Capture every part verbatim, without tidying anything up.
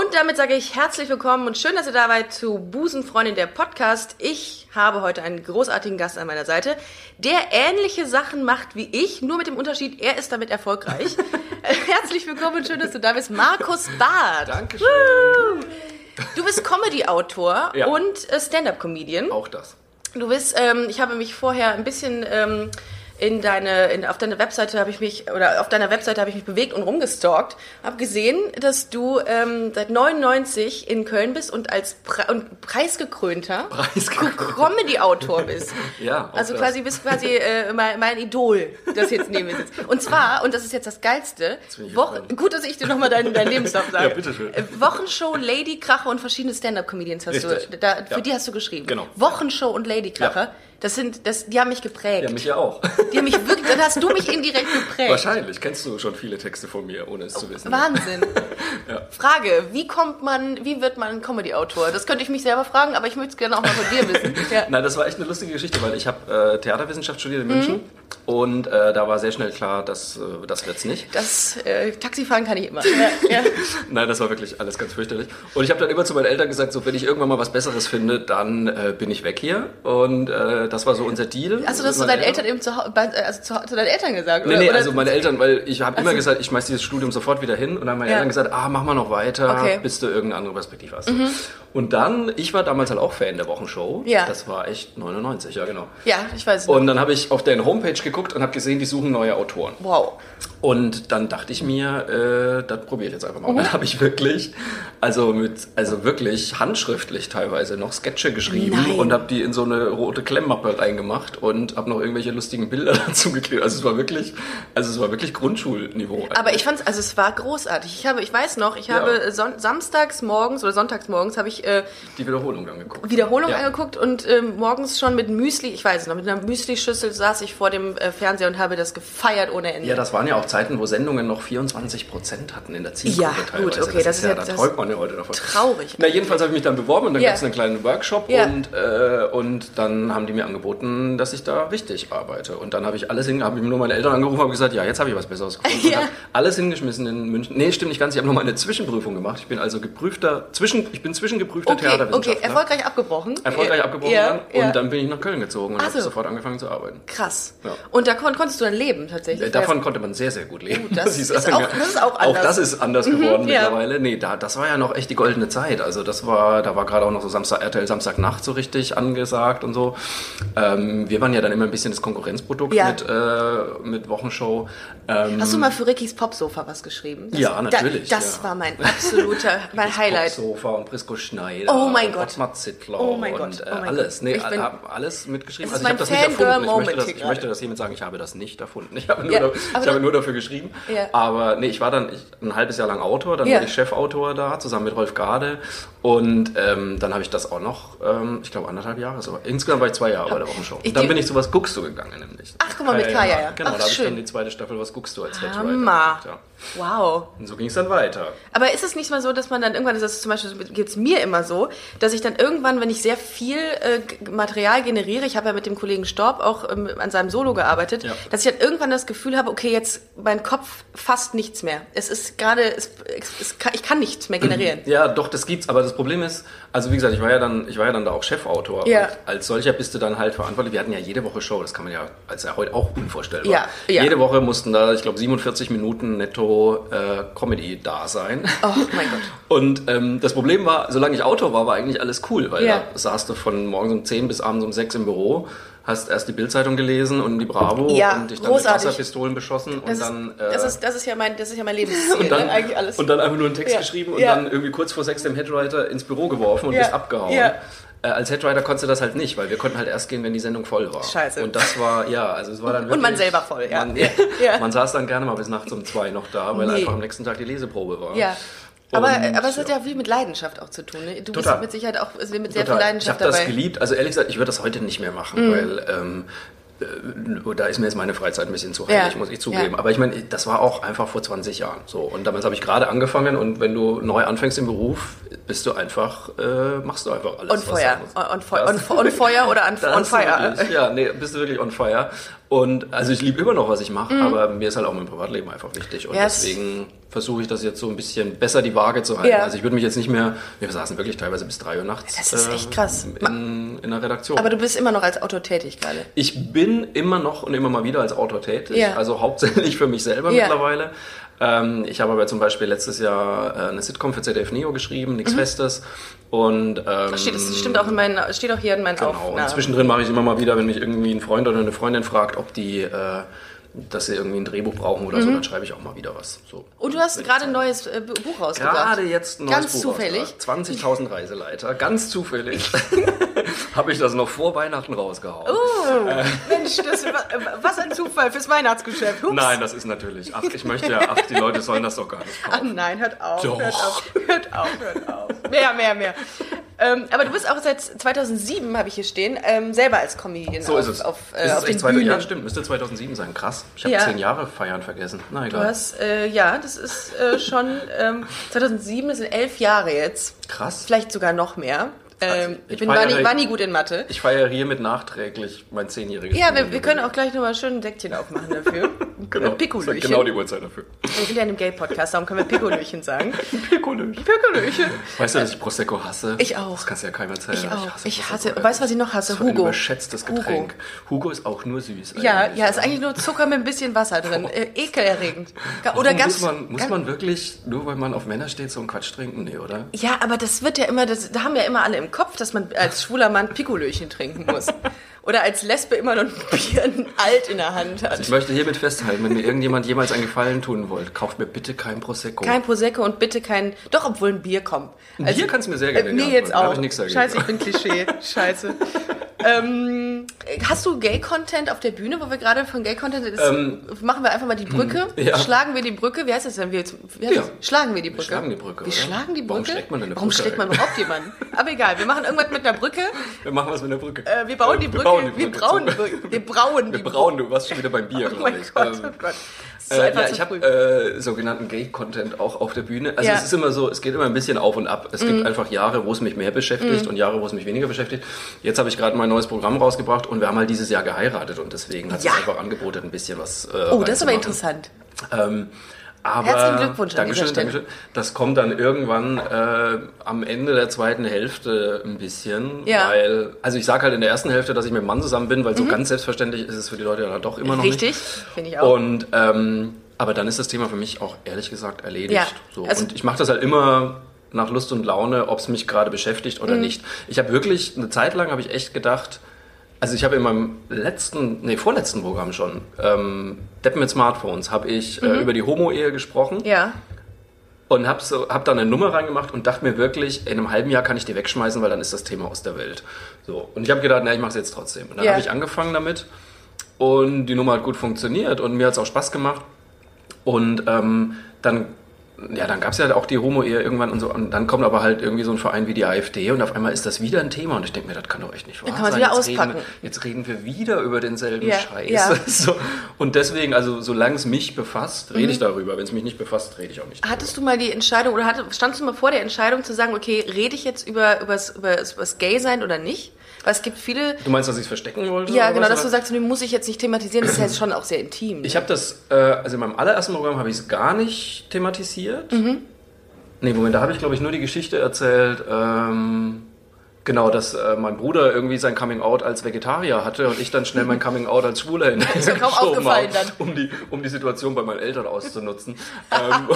Und damit sage ich herzlich willkommen und schön, dass ihr dabei zu Busenfreundin der Podcast. Ich habe heute einen großartigen Gast an meiner Seite, der ähnliche Sachen macht wie ich, nur mit dem Unterschied, er ist damit erfolgreich. Herzlich willkommen und schön, dass du da bist, Markus Barth. Dankeschön. Woo! Du bist Comedy-Autor ja. und äh, Stand-Up-Comedian. Auch das. Du bist, ähm, ich habe mich vorher ein bisschen ähm, in deine, in, auf deine Webseite habe ich mich, oder auf deiner Webseite habe ich mich bewegt und rumgestalkt, habe gesehen, dass du ähm, seit neunundneunzig in Köln bist und als Pre- und preisgekrönter Comedy-Autor bist. Ja, auch also das. quasi bist quasi äh, mein, mein Idol, das jetzt neben mir sitzt. Und zwar, und das ist jetzt das Geilste, Woche, gut, dass ich dir nochmal deinen dein Lebenslauf sage. Ja, bitteschön. Äh, Wochenshow, Ladykracher und verschiedene Stand-Up-Comedians hast Richtig. du, da, für Ja. die hast du geschrieben. Genau. Wochenshow und Ladykracher. Ja. Das sind, das, die haben mich geprägt. Ja, mich ja auch. Die haben mich wirklich, dann hast du mich indirekt geprägt. Wahrscheinlich. Kennst du schon viele Texte von mir, ohne es zu wissen. Wahnsinn. Ja. Frage, wie kommt man, wie wird man Comedy-Autor? Das könnte ich mich selber fragen, aber ich möchte es gerne auch mal von dir wissen. Ja. Nein, das war echt eine lustige Geschichte, weil ich habe äh, Theaterwissenschaft studiert in München Mhm. und äh, da war sehr schnell klar, dass äh, das wird's nicht. Das äh, Taxifahren kann ich immer. Ja, ja. Nein, das war wirklich alles ganz fürchterlich. Und ich habe dann immer zu meinen Eltern gesagt, so wenn ich irgendwann mal was Besseres finde, dann äh, bin ich weg hier. Und äh, das war so unser Deal. Hast du das zu deinen Eltern eben zu, Hau- bei- also zu, zu deinen Eltern gesagt? Nee, oder? nee, oder? also meine Eltern, weil ich habe immer so. gesagt, ich schmeiß dieses Studium sofort wieder hin und dann haben meine Ja. Eltern gesagt, ah, mach mal noch weiter, Okay. bis du irgendeine andere Perspektive hast. Mhm. Und dann, ich war damals halt auch Fan der Wochenshow. Ja. Das war echt neunundneunzig, ja genau. Ja, ich weiß es noch. Und dann habe ich auf deren Homepage geguckt und habe gesehen, die suchen neue Autoren. Wow. Und dann dachte ich mir, äh, das probiere ich jetzt einfach mal. Und dann habe ich wirklich, also mit, also wirklich handschriftlich teilweise noch Sketche geschrieben Nein. und habe die in so eine rote Klemmmappe reingemacht und habe noch irgendwelche lustigen Bilder dazu geklebt. Also es war wirklich, also es war wirklich Grundschulniveau. Aber ich fand's, also es war großartig. Ich habe, ich weiß noch, ich Ja. habe son- samstags morgens oder sonntags morgens habe ich äh, Die Wiederholung angeguckt. Wiederholung Ja. angeguckt und ähm, morgens schon mit Müsli, ich weiß es noch, mit einer Müsli-Schüssel saß ich vor dem äh, Fernseher und habe das gefeiert ohne Ende. Ja, das waren ja auch Zeiten, wo Sendungen noch vierundzwanzig Prozent hatten in der Zielgruppe Ja, teilweise. gut, okay, das ist ja, ja- da das träumt man ja heute davon. traurig. Na, jedenfalls habe ich mich dann beworben und dann Ja. gab es einen kleinen Workshop Ja. und, äh, und dann haben die mir angeboten, dass ich da richtig arbeite. Und dann habe ich alles hin, habe ich nur meine Eltern angerufen und habe gesagt, ja, jetzt habe ich was Besseres gefunden. Ja. Und habe alles hingeschmissen in München. Nee, stimmt nicht ganz, ich habe nochmal eine Zwischenprüfung gemacht. Ich bin also geprüfter, zwischen, ich bin zwischengeprüfter Okay, okay, Theaterwissenschaftler. erfolgreich abgebrochen. Erfolgreich Ja, abgebrochen ja, dann. ja. Und dann bin ich nach Köln gezogen und Ach habe so. sofort angefangen zu arbeiten. Krass. Ja. Und da kon konntest du dann leben tatsächlich? Äh, Davon konnte man sehr, sehr gut leben. Oh, das muss ich ist sagen. auch- das ist auch anders. Auch das ist anders geworden ja. mittlerweile. Nee, da, das war ja noch echt die goldene Zeit. Also das war, da war gerade auch noch so Samstag, R T L Samstagnacht so richtig angesagt und so. Ähm, wir waren ja dann immer ein bisschen das Konkurrenzprodukt Ja. mit, äh, mit Wochenshow. Ähm, Hast du mal für Rickys Popsofa was geschrieben? Das, Ja, natürlich, Da, das ja. war mein absoluter, mein Highlight. Sofa und Prisco Schneider. Oh mein und Gott. Ottmar Zittler Oh mein und Gott, äh, oh mein alles. Gott. Nee, Ich bin- hab alles mitgeschrieben. Es ist Also ich habe mein das nicht erfunden. Ich Fangirl-Moment möchte das, hier ich möchte gerade. das hiermit sagen, ich habe das nicht erfunden. Ich habe nur, Ja, da, aber ich du- habe nur dafür geschrieben. Ja. Aber nee, ich war dann ich, ein halbes Jahr lang Autor, dann Ja. wurde ich Chefautor da, zusammen mit Rolf Gade. Und ähm, dann habe ich das auch noch, ähm, ich glaube anderthalb Jahre. So. Insgesamt war ich zwei Jahre bei der Wochenshow. Ich Und dann die- bin ich zu Was guckst du gegangen nämlich. Ach, guck mal, mit Kaya, ja. Genau, Ach, da habe ich schön. dann die zweite Staffel Was guckst du als Headwriter Hammer. gemacht. Ja. Wow. Und so ging es dann weiter. Aber ist es nicht mal so, dass man dann irgendwann, das ist zum Beispiel, geht es mir immer so, dass ich dann irgendwann, wenn ich sehr viel äh, G- Material generiere, ich habe ja mit dem Kollegen Storb auch ähm, an seinem Solo gearbeitet, Ja. dass ich dann irgendwann das Gefühl habe, okay, jetzt mein Kopf fasst nichts mehr. Es ist gerade, es, es, es kann, ich kann nichts mehr generieren. Ja, doch, das gibt's, aber das Problem ist, also wie gesagt, ich war ja dann, ich war ja dann da auch Chefautor. Ja. Und als solcher bist du dann halt verantwortlich. Wir hatten ja jede Woche Show, das kann man ja als ja heute auch unvorstellbar. Ja, ja. Jede Woche mussten da, ich glaube, siebenundvierzig Minuten netto äh, Comedy da sein. Oh mein Gott. Und ähm, das Problem war, solange ich Autor war, war eigentlich alles cool, weil Ja. da saß du von morgens um zehn bis abends um sechs im Büro, hast erst die Bildzeitung gelesen und die Bravo Ja, und dich dann großartig. mit Wasserpistolen beschossen Das, und dann... ist, das, äh, ist, das ist ja mein, das ist ja mein Lebensziel, und dann, ne? Eigentlich alles. und dann einfach nur einen Text Ja. geschrieben und Ja. dann irgendwie kurz vor sechs dem Headwriter ins Büro geworfen und Ja. bist abgehauen. Ja. Äh, als Headwriter konntest du das halt nicht, weil wir konnten halt erst gehen, wenn die Sendung voll war. Scheiße. Und das war, ja, also es war dann wirklich... Und man selber voll, ja. Man, Ja. Ja. man saß dann gerne mal bis nachts um zwei noch da, weil Nee. einfach am nächsten Tag die Leseprobe war. Ja. Aber, Und, aber es hat ja. ja viel mit Leidenschaft auch zu tun. Ne? Du Total. bist mit Sicherheit auch mit sehr viel Total. Ich Leidenschaft habe das dabei. geliebt. Also ehrlich gesagt, ich würde das heute nicht mehr machen, Mhm. weil ähm, äh, da ist mir jetzt meine Freizeit ein bisschen zu heilig, Ja. muss ich zugeben. Ja. Aber ich meine, das war auch einfach vor zwanzig Jahren so. Und damals habe ich gerade angefangen und wenn du neu anfängst im Beruf, bist du einfach, äh, machst du einfach alles. On fire. On, fire. On, on fire oder on, on fire. Wirklich, ja, nee, bist du wirklich on fire. Und also ich liebe immer noch, was ich mache, mhm. aber mir ist halt auch mein Privatleben einfach wichtig. Und yes. deswegen versuche ich das jetzt so ein bisschen besser die Waage zu halten. Ja. Also ich würde mich jetzt nicht mehr, wir saßen wirklich teilweise bis drei Uhr nachts. Das ist echt krass. In, in der Redaktion. Aber du bist immer noch als Autor tätig gerade. Ich bin immer noch und immer mal wieder als Autor tätig. Ja. Also hauptsächlich für mich selber ja. mittlerweile. Ähm, ich habe aber zum Beispiel letztes Jahr äh, eine Sitcom für Z D F Neo geschrieben, nichts mhm. Festes. Und, ähm, das, steht, das stimmt auch in meinen, steht auch hier in meinen genau. Aufnahmen. Und zwischendrin mache ich immer mal wieder, wenn mich irgendwie ein Freund oder eine Freundin fragt, ob die, äh, dass sie irgendwie ein Drehbuch brauchen oder mhm. so, dann schreibe ich auch mal wieder was. So. Und du hast gerade ein neues äh, Buch rausgebracht. Gerade jetzt ein neues Ganz Buch zufällig. zwanzigtausend Reiseleiter, ganz zufällig. Habe ich das noch vor Weihnachten rausgehauen. Oh, äh. Mensch, das, was ein Zufall fürs Weihnachtsgeschäft. Ups. Nein, das ist natürlich, ach, ich möchte ja, ach, die Leute sollen das doch gar nicht kaufen. Ach nein, hört auf, Doch. hört auf, hört auf, hört auf. Mehr, mehr, mehr. Ähm, aber du bist auch seit zweitausendsieben, habe ich hier stehen, ähm, selber als Comedian so auf, ist es. auf, äh, ist auf es den echt Bühnen. Bühnen. Ja, stimmt, müsste zweitausendsieben sein. Krass. Ich habe ja. zehn Jahre feiern vergessen. Na egal. Du hast, äh, ja, das ist äh, schon ähm, zweitausendsieben, das sind elf Jahre jetzt. Krass. Vielleicht sogar noch mehr. Ähm, ich, ich bin, war, nie, war nie gut in Mathe. Ich feiere hiermit nachträglich mein zehnjähriges Ja, wir, wir können auch gleich nochmal schön ein Säckchen aufmachen dafür. Genau, Pikolöchen. Genau die Uhrzeit dafür. Wir sind ja in einem Gay-Podcast, darum können wir Pikolöchen sagen. Pikolöchen. Pikolöchen. Weißt du, dass ich Prosecco hasse? Ich auch. Das kannst du ja keinem erzählen. Ich auch. Ich hasse, ich hasse weißt du, was ich noch hasse? Das ist Hugo. ein überschätztes Getränk. Hugo. Hugo ist auch nur süß. Ja, ja, ist eigentlich nur Zucker mit ein bisschen Wasser drin. Äh, ekelerregend. Oder Warum ganz, muss man, muss ganz, man wirklich, nur weil man auf Männer steht, so einen Quatsch trinken? Nee, oder? Ja, aber das wird ja immer, das, da haben ja immer alle im Kopf, dass man als schwuler Mann Pikolöchen trinken muss. Oder als Lesbe immer noch ein Bier ein Alt in der Hand hat. Also ich möchte hiermit festhalten, wenn mir irgendjemand jemals einen Gefallen tun wollt, kauft mir bitte kein Prosecco. Kein Prosecco und bitte kein, doch, obwohl ein Bier kommt. Ein also, Bier kannst du mir sehr gerne äh, Mir jetzt auch. Da habe ich nichts dagegen. Scheiße, ich bin Klischee. Scheiße. ähm, hast du Gay-Content auf der Bühne, wo wir gerade von Gay-Content, ähm, machen wir einfach mal die Brücke, ja. schlagen wir die Brücke, wie heißt das denn? Wie heißt ja. das? Schlagen wir die Brücke. Wir schlagen die Brücke, Wir oder? schlagen die Brücke? Warum schlägt man denn eine Warum Brücke? schlägt man überhaupt jemanden? Aber egal, wir machen irgendwas mit einer Brücke. Wir machen was mit einer Brücke. Äh, wir bauen die Brücke. Wir bauen die Brücke. Wir brauen die Brücke. Wir brauen die Wir brauen, du warst schon wieder beim Bier, Oh glaube mein ich. Gott, Ähm, oh Gott. Äh, ja, ich habe äh, sogenannten Gay-Content auch auf der Bühne. Also ja. es ist immer so, es geht immer ein bisschen auf und ab. Es mm. gibt einfach Jahre, wo es mich mehr beschäftigt mm. und Jahre, wo es mich weniger beschäftigt. Jetzt habe ich gerade mein neues Programm rausgebracht und wir haben halt dieses Jahr geheiratet und deswegen hat es ja. einfach angeboten, ein bisschen was äh, Oh, das ist aber interessant. Ähm, aber Herzlichen Glückwunsch an Dankeschön, dieser Stelle. Dankeschön. Das kommt dann irgendwann äh, am Ende der zweiten Hälfte ein bisschen, ja. weil, also ich sage halt in der ersten Hälfte, dass ich mit dem Mann zusammen bin, weil mhm. so ganz selbstverständlich ist es für die Leute ja doch immer noch Richtig, nicht. Richtig, finde ich auch. Und ähm, aber dann ist das Thema für mich auch ehrlich gesagt erledigt. Ja. So. Also, und ich mache das halt immer nach Lust und Laune, ob es mich gerade beschäftigt oder mhm. nicht. Ich habe wirklich, eine Zeit lang habe ich echt gedacht, also ich habe in meinem letzten, nee, vorletzten Programm schon, ähm, Deppen mit Smartphones, habe ich mhm. äh, über die Homo-Ehe gesprochen. Ja. Und habe so, hab dann eine Nummer reingemacht und dachte mir wirklich, in einem halben Jahr kann ich die wegschmeißen, weil dann ist das Thema aus der Welt. So. Und ich habe gedacht, na, ich mache es jetzt trotzdem. Und dann ja. habe ich angefangen damit und die Nummer hat gut funktioniert und mir hat es auch Spaß gemacht. Und ähm, dann, ja, dann gab es ja auch die Homo-Ehe irgendwann und so. Und dann kommt aber halt irgendwie so ein Verein wie die AfD und auf einmal ist das wieder ein Thema. Und ich denke mir, das kann doch echt nicht wahr sein. Dann kann man sein. es wieder jetzt auspacken. Reden, jetzt reden wir wieder über denselben ja. Scheiß. Ja. So. Und deswegen, also solange es mich befasst, rede mhm. ich darüber. Wenn es mich nicht befasst, rede ich auch nicht darüber. Hattest du mal die Entscheidung, oder hattest, standst du mal vor der Entscheidung zu sagen, okay, rede ich jetzt über übers, übers, übers Gay-Sein oder nicht? Weil es gibt viele... Du meinst, dass ich es verstecken wollte? Ja, oder genau, was, dass oder? du sagst, du muss ich jetzt nicht thematisieren, das ist ja jetzt schon auch sehr intim. Ne? Ich habe das, äh, also in meinem allerersten Programm habe ich es gar nicht thematisiert. Mhm. Nee, Moment, da habe ich, glaube ich, nur die Geschichte erzählt, ähm, genau, dass äh, mein Bruder irgendwie sein Coming-out als Vegetarier hatte und ich dann schnell mein Coming-out als Schwuler in ist mir kaum aufgefallen dann. Um die, um die Situation bei meinen Eltern auszunutzen. ähm,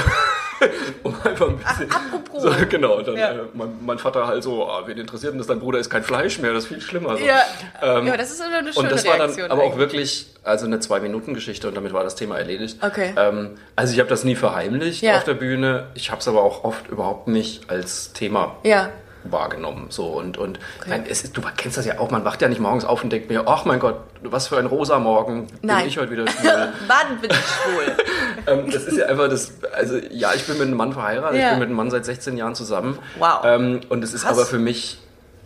um einfach ein bisschen... Apropos. So, genau, dann ja. äh, mein, mein Vater halt so, ah, wen interessiert denn das, dein Bruder ist kein Fleisch mehr, das ist viel schlimmer. So. Ja. Ähm, ja, das ist eine schöne und das war dann Reaktion aber auch eigentlich. wirklich, also eine Zwei-Minuten-Geschichte und damit war das Thema erledigt. Okay. Ähm, also ich habe das nie verheimlicht ja. auf der Bühne, ich habe es aber auch oft überhaupt nicht als Thema ja. wahrgenommen. So. Und, und okay. nein, es ist, du kennst das ja auch, man wacht ja nicht morgens auf und denkt mir, ach mein Gott, was für ein rosa Morgen, Nein. bin ich heute wieder schwul. Wann bin ich schwul? ähm, das ist ja einfach das, also ja, ich bin mit einem Mann verheiratet, ja. ich bin mit einem Mann seit sechzehn Jahren zusammen. Wow. Ähm, und es ist Krass. aber für mich,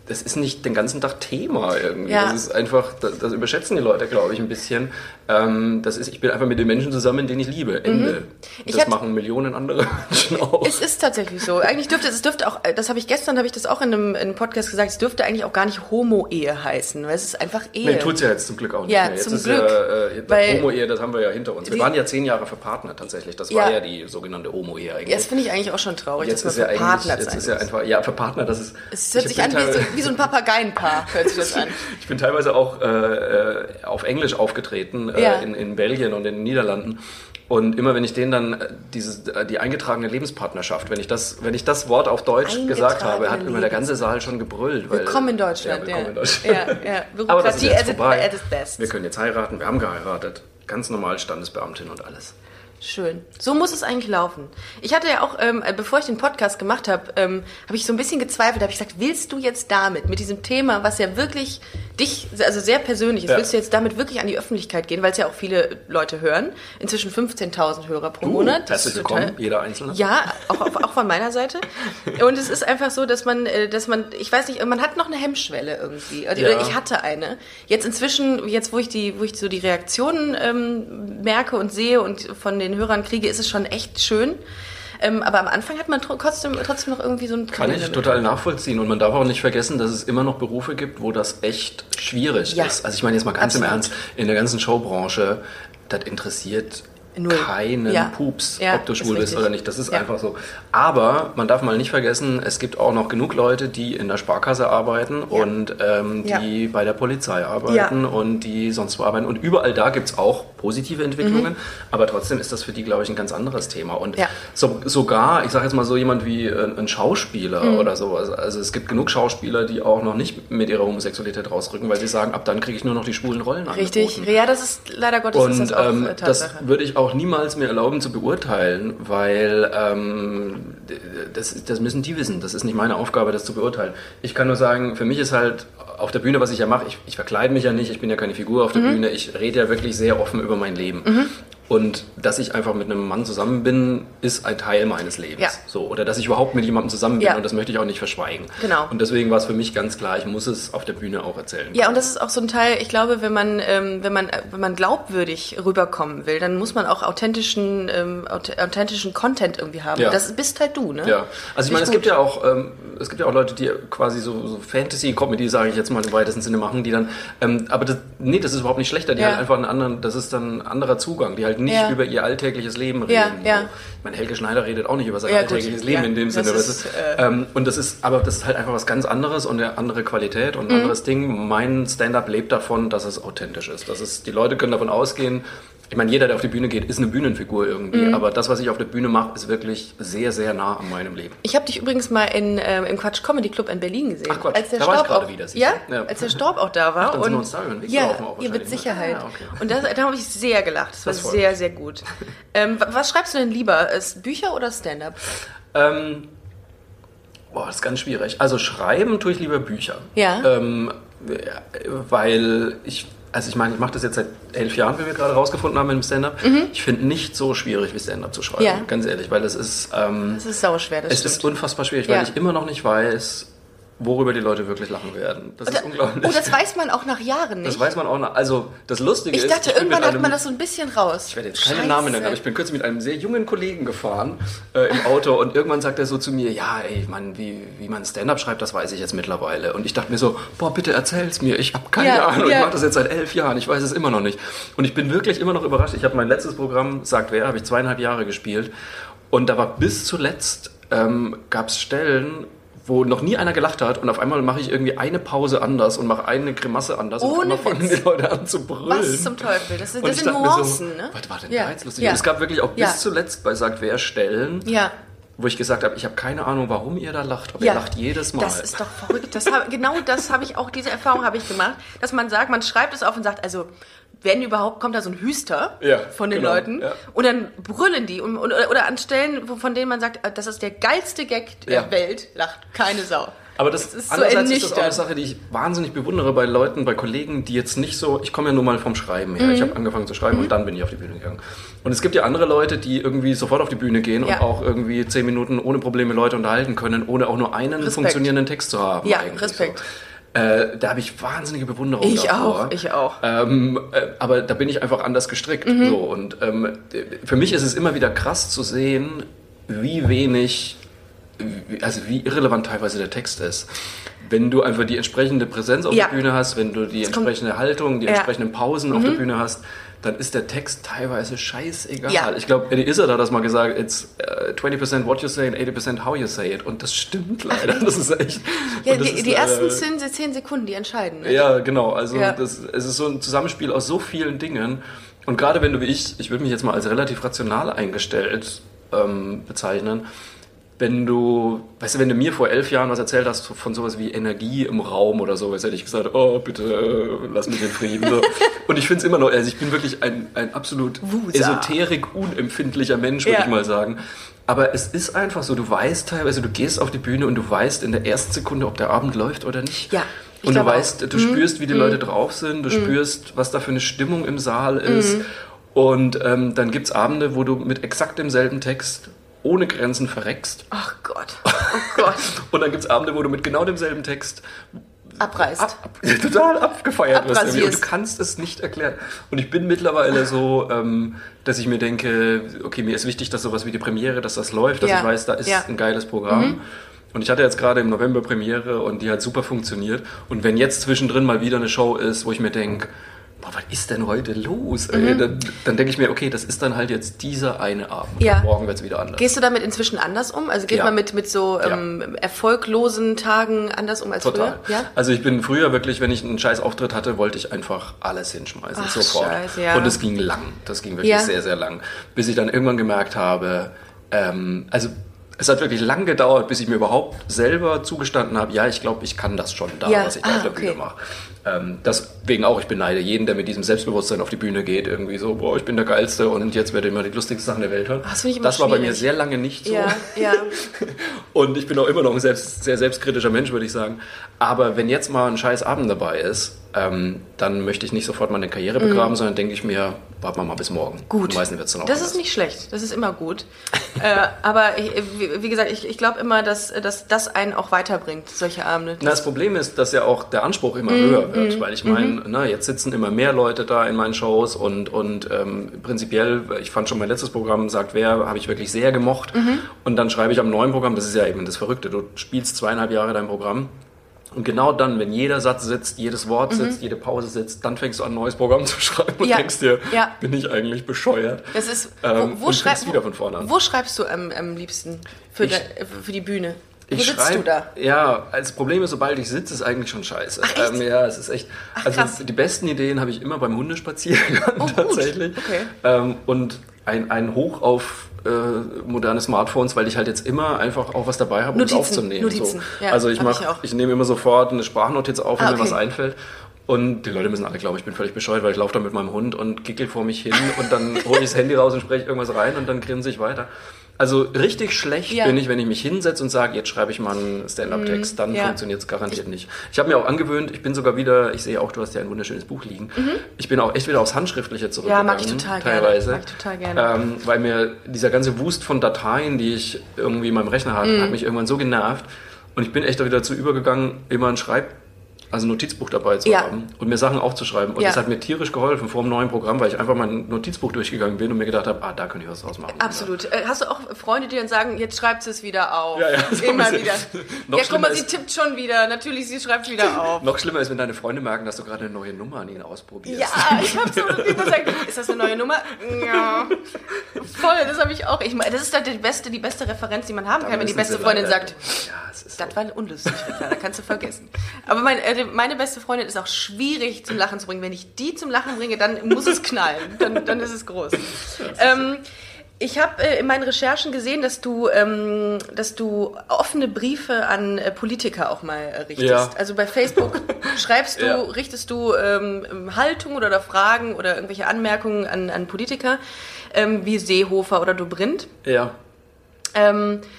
das ist nicht den ganzen Tag Thema irgendwie. Ja. Das ist einfach, das, das überschätzen die Leute, glaube ich, ein bisschen. Ähm, das ist, ich bin einfach mit den Menschen zusammen, den ich liebe. Ende. Mhm. Ich das hatte, machen Millionen andere Menschen auch. Es ist tatsächlich so. Eigentlich dürfte es dürfte auch, das habe ich gestern, habe ich das auch in einem, in einem Podcast gesagt, es dürfte eigentlich auch gar nicht Homo-Ehe heißen, weil es ist einfach Ehe. Nee, tut's ja jetzt zum Glück auch nicht ja, mehr. Jetzt zum ist Glück, ja, äh, weil Homo-Ehe, das haben wir ja hinter uns. Wir die, waren ja zehn Jahre verpartnert tatsächlich. Das ja, war ja die sogenannte Homo-Ehe eigentlich. Ja, das finde ich eigentlich auch schon traurig, jetzt dass ist man ja verpartnert jetzt sein ist ja einfach, ja, verpartnert, das ist... Es hört sich an wie so, wie so ein Papageienpaar, hört sich das an. Ich bin teilweise auch äh, auf Englisch aufgetreten, äh, ja. in, in Belgien und in den Niederlanden. Und immer wenn ich denen dann dieses, die eingetragene Lebenspartnerschaft, wenn ich das, wenn ich das Wort auf Deutsch gesagt habe, hat immer der ganze Saal schon gebrüllt. Weil, willkommen in Deutschland. Ja, willkommen ja. in Deutschland. Ja, ja. Aber das ist jetzt vorbei. At its best. Wir können jetzt heiraten, wir haben geheiratet. Ganz normal Standesbeamtin und alles. Schön. So muss es eigentlich laufen. Ich hatte ja auch, ähm, bevor ich den Podcast gemacht habe, ähm, habe ich so ein bisschen gezweifelt. Habe ich gesagt, willst du jetzt damit, mit diesem Thema, was ja wirklich dich, also sehr persönlich ist, ja. willst du jetzt damit wirklich an die Öffentlichkeit gehen, weil es ja auch viele Leute hören. Inzwischen fünfzehntausend Hörer pro uh, Monat. Herzlich willkommen, jeder Einzelne. Ja, auch, auch, auch von meiner Seite. Und es ist einfach so, dass man, dass man, ich weiß nicht, man hat noch eine Hemmschwelle irgendwie. Oder ja. ich hatte eine. Jetzt inzwischen, jetzt wo ich die, wo ich so die Reaktionen ähm, merke und sehe und von den Hörern kriege, ist es schon echt schön. Ähm, aber am Anfang hat man trotzdem, trotzdem noch irgendwie so ein... Kann ich total nachvollziehen. Und man darf auch nicht vergessen, dass es immer noch Berufe gibt, wo das echt schwierig ja. ist. Also ich meine jetzt mal ganz Absolut. im Ernst, in der ganzen Showbranche, das interessiert Null. keinen ja. Pups, ja, ob du schwul bist oder nicht. Das ist ja. einfach so. Aber man darf mal nicht vergessen, es gibt auch noch genug Leute, die in der Sparkasse arbeiten ja. und ähm, die ja. bei der Polizei arbeiten ja. und die sonst wo arbeiten. Und überall da gibt es auch positive Entwicklungen, mhm. aber trotzdem ist das für die, glaube ich, ein ganz anderes Thema. Und ja. so, sogar, ich sage jetzt mal so jemand wie ein, ein Schauspieler mhm. oder sowas. Also es gibt genug Schauspieler, die auch noch nicht mit ihrer Homosexualität rausrücken, weil sie sagen, ab dann kriege ich nur noch die schwulen Rollen angeboten. Richtig, ja, das ist leider Gottes und, ist das auch ähm, Tatsache. Das würde ich auch niemals mir erlauben zu beurteilen, weil ähm, das, das müssen die wissen. Das ist nicht meine Aufgabe, das zu beurteilen. Ich kann nur sagen, für mich ist halt auf der Bühne, was ich ja mache, ich, ich verkleide mich ja nicht, ich bin ja keine Figur auf der mhm. Bühne, ich rede ja wirklich sehr offen über mein Leben. Mhm. Und dass ich einfach mit einem Mann zusammen bin, ist ein Teil meines Lebens. Ja. So, oder dass ich überhaupt mit jemandem zusammen bin ja. und das möchte ich auch nicht verschweigen. Genau. Und deswegen war es für mich ganz klar, ich muss es auf der Bühne auch erzählen können. Ja, und das ist auch so ein Teil, ich glaube, wenn man, ähm, wenn man, wenn man glaubwürdig rüberkommen will, dann muss man auch authentischen, ähm, authentischen Content irgendwie haben. Ja. Das bist halt du, ne? Ja. Also ich meine, es gibt ja auch, ähm, es gibt ja auch Leute, die quasi so, so Fantasy-Comedy, sage ich jetzt mal im weitesten Sinne machen, die dann, ähm, aber das, nee, das ist überhaupt nicht schlechter, die ja. halt einfach einen anderen, das ist dann ein anderer Zugang, die halt nicht ja. über ihr alltägliches Leben reden. Ja, ja. So. Ich meine, Helge Schneider redet auch nicht über sein ja, alltägliches gut. Leben ja, in dem Sinne. Das ist, das ist, äh, ähm, und das ist, aber das ist halt einfach was ganz anderes und eine andere Qualität und ein mhm. anderes Ding. Mein Stand-up lebt davon, dass es authentisch ist. Dass es, die Leute können davon ausgehen, ich meine, jeder, der auf die Bühne geht, ist eine Bühnenfigur irgendwie. Mhm. Aber das, was ich auf der Bühne mache, ist wirklich sehr, sehr nah an meinem Leben. Ich habe dich übrigens mal in, ähm, im Quatsch Comedy Club in Berlin gesehen. Ach Quatsch, als der da Staub war ich gerade auch, wieder. Ja, ja, als der Staub auch da war. Ach, dann und sind wir uns da über den Weg ja, gelaufen auch ja, mit Sicherheit. Ah, okay. Und das, da habe ich sehr gelacht. Das war das sehr, sehr gut. ähm, was schreibst du denn lieber? Ist Bücher oder Stand-up? Ähm, boah, das ist ganz schwierig. Also schreiben tue ich lieber Bücher. Ja. Ähm, weil ich... Also ich meine, ich mache das jetzt seit elf Jahren, wie wir gerade rausgefunden haben im Stand-up. Mhm. Ich finde nicht so schwierig, wie Stand-up zu schreiben, ja. ganz ehrlich, weil das ist... Ähm, das ist sauschwer, das Es stimmt. ist unfassbar schwierig, weil ja. ich immer noch nicht weiß, worüber die Leute wirklich lachen werden. Das Oder, ist unglaublich. Oh, das weiß man auch nach Jahren nicht. Das weiß man auch nach... Also das Lustige ich ist... Dachte, ich dachte, irgendwann einem, hat man das so ein bisschen raus. Ich werde jetzt keinen Namen nennen, aber ich bin kürzlich mit einem sehr jungen Kollegen gefahren äh, im Auto und irgendwann sagt er so zu mir, ja, ey, Mann, wie, wie man Stand-up schreibt, das weiß ich jetzt mittlerweile. Und ich dachte mir so, boah, bitte erzähl's mir, ich habe keine ja, Ahnung, ja. ich mache das jetzt seit elf Jahren, ich weiß es immer noch nicht. Und ich bin wirklich immer noch überrascht. Ich habe mein letztes Programm, Sagt Wer, habe ich zweieinhalb Jahre gespielt und da war bis zuletzt, ähm, gab es Stellen, wo noch nie einer gelacht hat und auf einmal mache ich irgendwie eine Pause anders und mache eine Grimasse anders Ohne und auf einmal fangen die Leute an zu brüllen. Was zum Teufel? Das, das sind Nuancen, so, ne? Was war denn ja. da jetzt lustig? Ja. Und es gab wirklich auch bis ja. zuletzt bei Sagt Wer Stellen, ja. wo ich gesagt habe, ich habe keine Ahnung, warum ihr da lacht, aber ja. ihr lacht jedes Mal. Das ist doch verrückt. Das hab, genau das habe ich auch, diese Erfahrung habe ich gemacht, dass man sagt, man schreibt es auf und sagt, also wenn überhaupt, kommt da so ein Hüster ja, von den genau, Leuten ja. und dann brüllen die und, und, oder an Stellen, von denen man sagt, das ist der geilste Gag der ja. Welt, lacht keine Sau. Aber das, das ist so andererseits ist das auch eine ernüchternd. Sache, die ich wahnsinnig bewundere bei Leuten, bei Kollegen, die jetzt nicht so, ich komme ja nur mal vom Schreiben her, Mhm. ich habe angefangen zu schreiben Mhm. und dann bin ich auf die Bühne gegangen. Und es gibt ja andere Leute, die irgendwie sofort auf die Bühne gehen Ja. und auch irgendwie zehn Minuten ohne Probleme Leute unterhalten können, ohne auch nur einen Respekt. funktionierenden Text zu haben. Ja, eigentlich Respekt. So. Äh, da habe ich wahnsinnige Bewunderung Ich davor. auch, ich auch. Ähm, äh, aber da bin ich einfach anders gestrickt. Mhm. So. Und ähm, für mich ist es immer wieder krass zu sehen, wie wenig, wie- also wie irrelevant teilweise der Text ist. Wenn du einfach die entsprechende Präsenz auf Ja. der Bühne hast, wenn du die Es kommt- entsprechende Haltung, die Ja. entsprechenden Pausen auf der Bühne hast, dann ist der Text teilweise scheißegal. Ja. Ich glaube, Eddie Izzard hat das mal gesagt, it's uh, twenty percent what you say and eighty percent how you say it. Und das stimmt leider. Das ist echt... Ja, und das die, ist die leider- ersten zehn, zehn Sekunden, die entscheiden. Ne? ja, genau. Also Ja. das, es ist so ein Zusammenspiel aus so vielen Dingen. Und gerade wenn du wie ich, ich würde mich jetzt mal als relativ rational eingestellt ähm, bezeichnen, wenn du, weißt du, wenn du mir vor elf Jahren was erzählt hast von sowas wie Energie im Raum oder sowas, hätte ich gesagt, oh, bitte, äh, lass mich in Frieden. So. Und ich finde es immer noch, also ich bin wirklich ein, ein absolut Wusa. esoterik-unempfindlicher Mensch, würde Ja. ich mal sagen. Aber es ist einfach so, du weißt teilweise, du gehst auf die Bühne und du weißt in der ersten Sekunde, ob der Abend läuft oder nicht. Ja, ich Und du glaube auch. weißt, du spürst, wie die Leute drauf sind, du spürst, was da für eine Stimmung im Saal ist. Und ähm, dann gibt es Abende, wo du mit exakt demselben Text ohne Grenzen verreckst. Ach Gott, oh Gott. Und dann gibt es Abende, wo du mit genau demselben Text Abreißt. ab, ab, total abgefeiert wirst. Abrasierst. Und du kannst es nicht erklären. Und ich bin mittlerweile so, ähm, dass ich mir denke, okay, mir ist wichtig, dass sowas wie die Premiere, dass das läuft, dass Ja. ich weiß, da ist Ja. ein geiles Programm. Und ich hatte jetzt gerade im November Premiere und die hat super funktioniert. Und wenn jetzt zwischendrin mal wieder eine Show ist, wo ich mir denke, boah, was ist denn heute los? Ey? Dann, dann denke ich mir, okay, das ist dann halt jetzt dieser eine Abend. Ja. Und morgen wird es wieder anders. Gehst du damit inzwischen anders um? Also geht Ja. man mit, mit so ähm, erfolglosen Tagen anders um als Total. früher? Ja? Also ich bin früher wirklich, wenn ich einen scheiß Auftritt hatte, wollte ich einfach alles hinschmeißen, Ach, sofort. Scheiße, ja. Und es ging lang. Das ging wirklich Ja. sehr, sehr lang. Bis ich dann irgendwann gemerkt habe, ähm, also es hat wirklich lang gedauert, bis ich mir überhaupt selber zugestanden habe, ja, ich glaube, ich kann das schon da, Ja. was ich da Ah, auf der Bühne okay. mache. Ähm, deswegen auch, ich beneide jeden, der mit diesem Selbstbewusstsein auf die Bühne geht, irgendwie so, boah, ich bin der Geilste und jetzt werde ich immer die lustigsten Sachen der Welt hören. Das finde ich immer Das war bei mir schwierig. sehr lange nicht so. Ja, ja. Und ich bin auch immer noch ein selbst, sehr selbstkritischer Mensch, würde ich sagen. Aber wenn jetzt mal ein scheiß Abend dabei ist, ähm, dann möchte ich nicht sofort meine Karriere begraben, sondern denke ich mir, warten wir mal bis morgen. Mhm. Gut. Und meistens wird's dann auch Das anders. ist nicht schlecht, das ist immer gut. äh, aber ich, wie, wie gesagt, ich, ich glaube immer, dass, dass das einen auch weiterbringt, solche Abende. Na, das Problem ist, dass ja auch der Anspruch immer Mhm. höher wird, weil ich meine, na, jetzt sitzen immer mehr Leute da in meinen Shows und, und ähm, prinzipiell, ich fand schon mein letztes Programm, sagt wer, habe ich wirklich sehr gemocht Mhm. und dann schreibe ich am neuen Programm, das ist ja eben das Verrückte, du spielst zweieinhalb Jahre dein Programm und genau dann, wenn jeder Satz sitzt, jedes Wort sitzt, jede Pause sitzt, dann fängst du an, ein neues Programm zu schreiben und Mhm. Ja. denkst dir, Ja. bin ich eigentlich bescheuert? Das ist, Ähm, wo, wo, und schreib, fängst wieder von vorne an. wo schreibst du am, am liebsten für, Ich- de, für die Bühne? Wo Ich sitzt schreib- du da? Ja, das Problem ist, sobald ich sitze, ist eigentlich schon scheiße. Ach, echt? Ähm, ja, es ist echt. Ach, also krass. die besten Ideen habe ich immer beim Hundespaziergang Oh, gut. tatsächlich. Okay. Ähm, und ein, ein Hoch auf äh, moderne Smartphones, weil ich halt jetzt immer einfach auch was dabei habe, um es Notizen, aufzunehmen. Notizen, so. ja, also ich hab mache, ich auch. ich, nehme immer sofort eine Sprachnotiz auf, wenn Ah, mir was okay. einfällt. Und die Leute müssen alle glauben, ich bin völlig bescheuert, weil ich laufe da mit meinem Hund und kickel vor mich hin und dann hole ich das Handy raus und spreche irgendwas rein und dann grinse ich weiter. Also richtig schlecht Ja. bin ich, wenn ich mich hinsetze und sage, jetzt schreibe ich mal einen Stand-Up-Text, dann ja. funktioniert es garantiert nicht. Ich habe mir auch angewöhnt, ich bin sogar wieder, ich sehe auch, du hast ja ein wunderschönes Buch liegen, ich bin auch echt wieder aufs Handschriftliche zurückgegangen. Ja, mag ich total gerne. teilweise, Mag ich total gerne. Ähm, weil mir dieser ganze Wust von Dateien, die ich irgendwie in meinem Rechner hatte, Mhm. hat mich irgendwann so genervt und ich bin echt da wieder dazu übergegangen, immer ein Schreib also ein Notizbuch dabei zu Ja. haben und mir Sachen aufzuschreiben. Und Ja. das hat mir tierisch geholfen vor dem neuen Programm, weil ich einfach mein Notizbuch durchgegangen bin und mir gedacht habe, ah, da könnte ich was draus machen. Absolut. Äh, Hast du auch Freunde, die dann sagen, jetzt schreibt sie es wieder auf? Ja, ja, so ein Immer bisschen. wieder. Noch Ja, guck mal, schlimmer sie ist- tippt schon wieder. Natürlich, sie schreibt wieder auf. Noch schlimmer ist, wenn deine Freunde merken, dass du gerade eine neue Nummer an ihnen ausprobierst. Ja, ich habe so immer gesagt, ist das eine neue Nummer? Ja. Voll, das habe ich auch. Ich meine, das ist halt die beste, die beste Referenz, die man haben kann, wenn die müssen beste sie Freundin leider- sagt, Ja, es ist das war unlustig, Ricarda, kannst du vergessen. Aber mein, äh, meine beste Freundin ist auch schwierig zum Lachen zu bringen. Wenn ich die zum Lachen bringe, dann muss es knallen. Dann, dann ist es groß. Ähm, ich habe äh, in meinen Recherchen gesehen, dass du, ähm, dass du offene Briefe an äh, Politiker auch mal äh, richtest. Ja. Also bei Facebook schreibst du, Ja. richtest du ähm, Haltung oder Fragen oder irgendwelche Anmerkungen an, an Politiker, ähm, wie Seehofer oder Dobrindt. Ja. Ähm,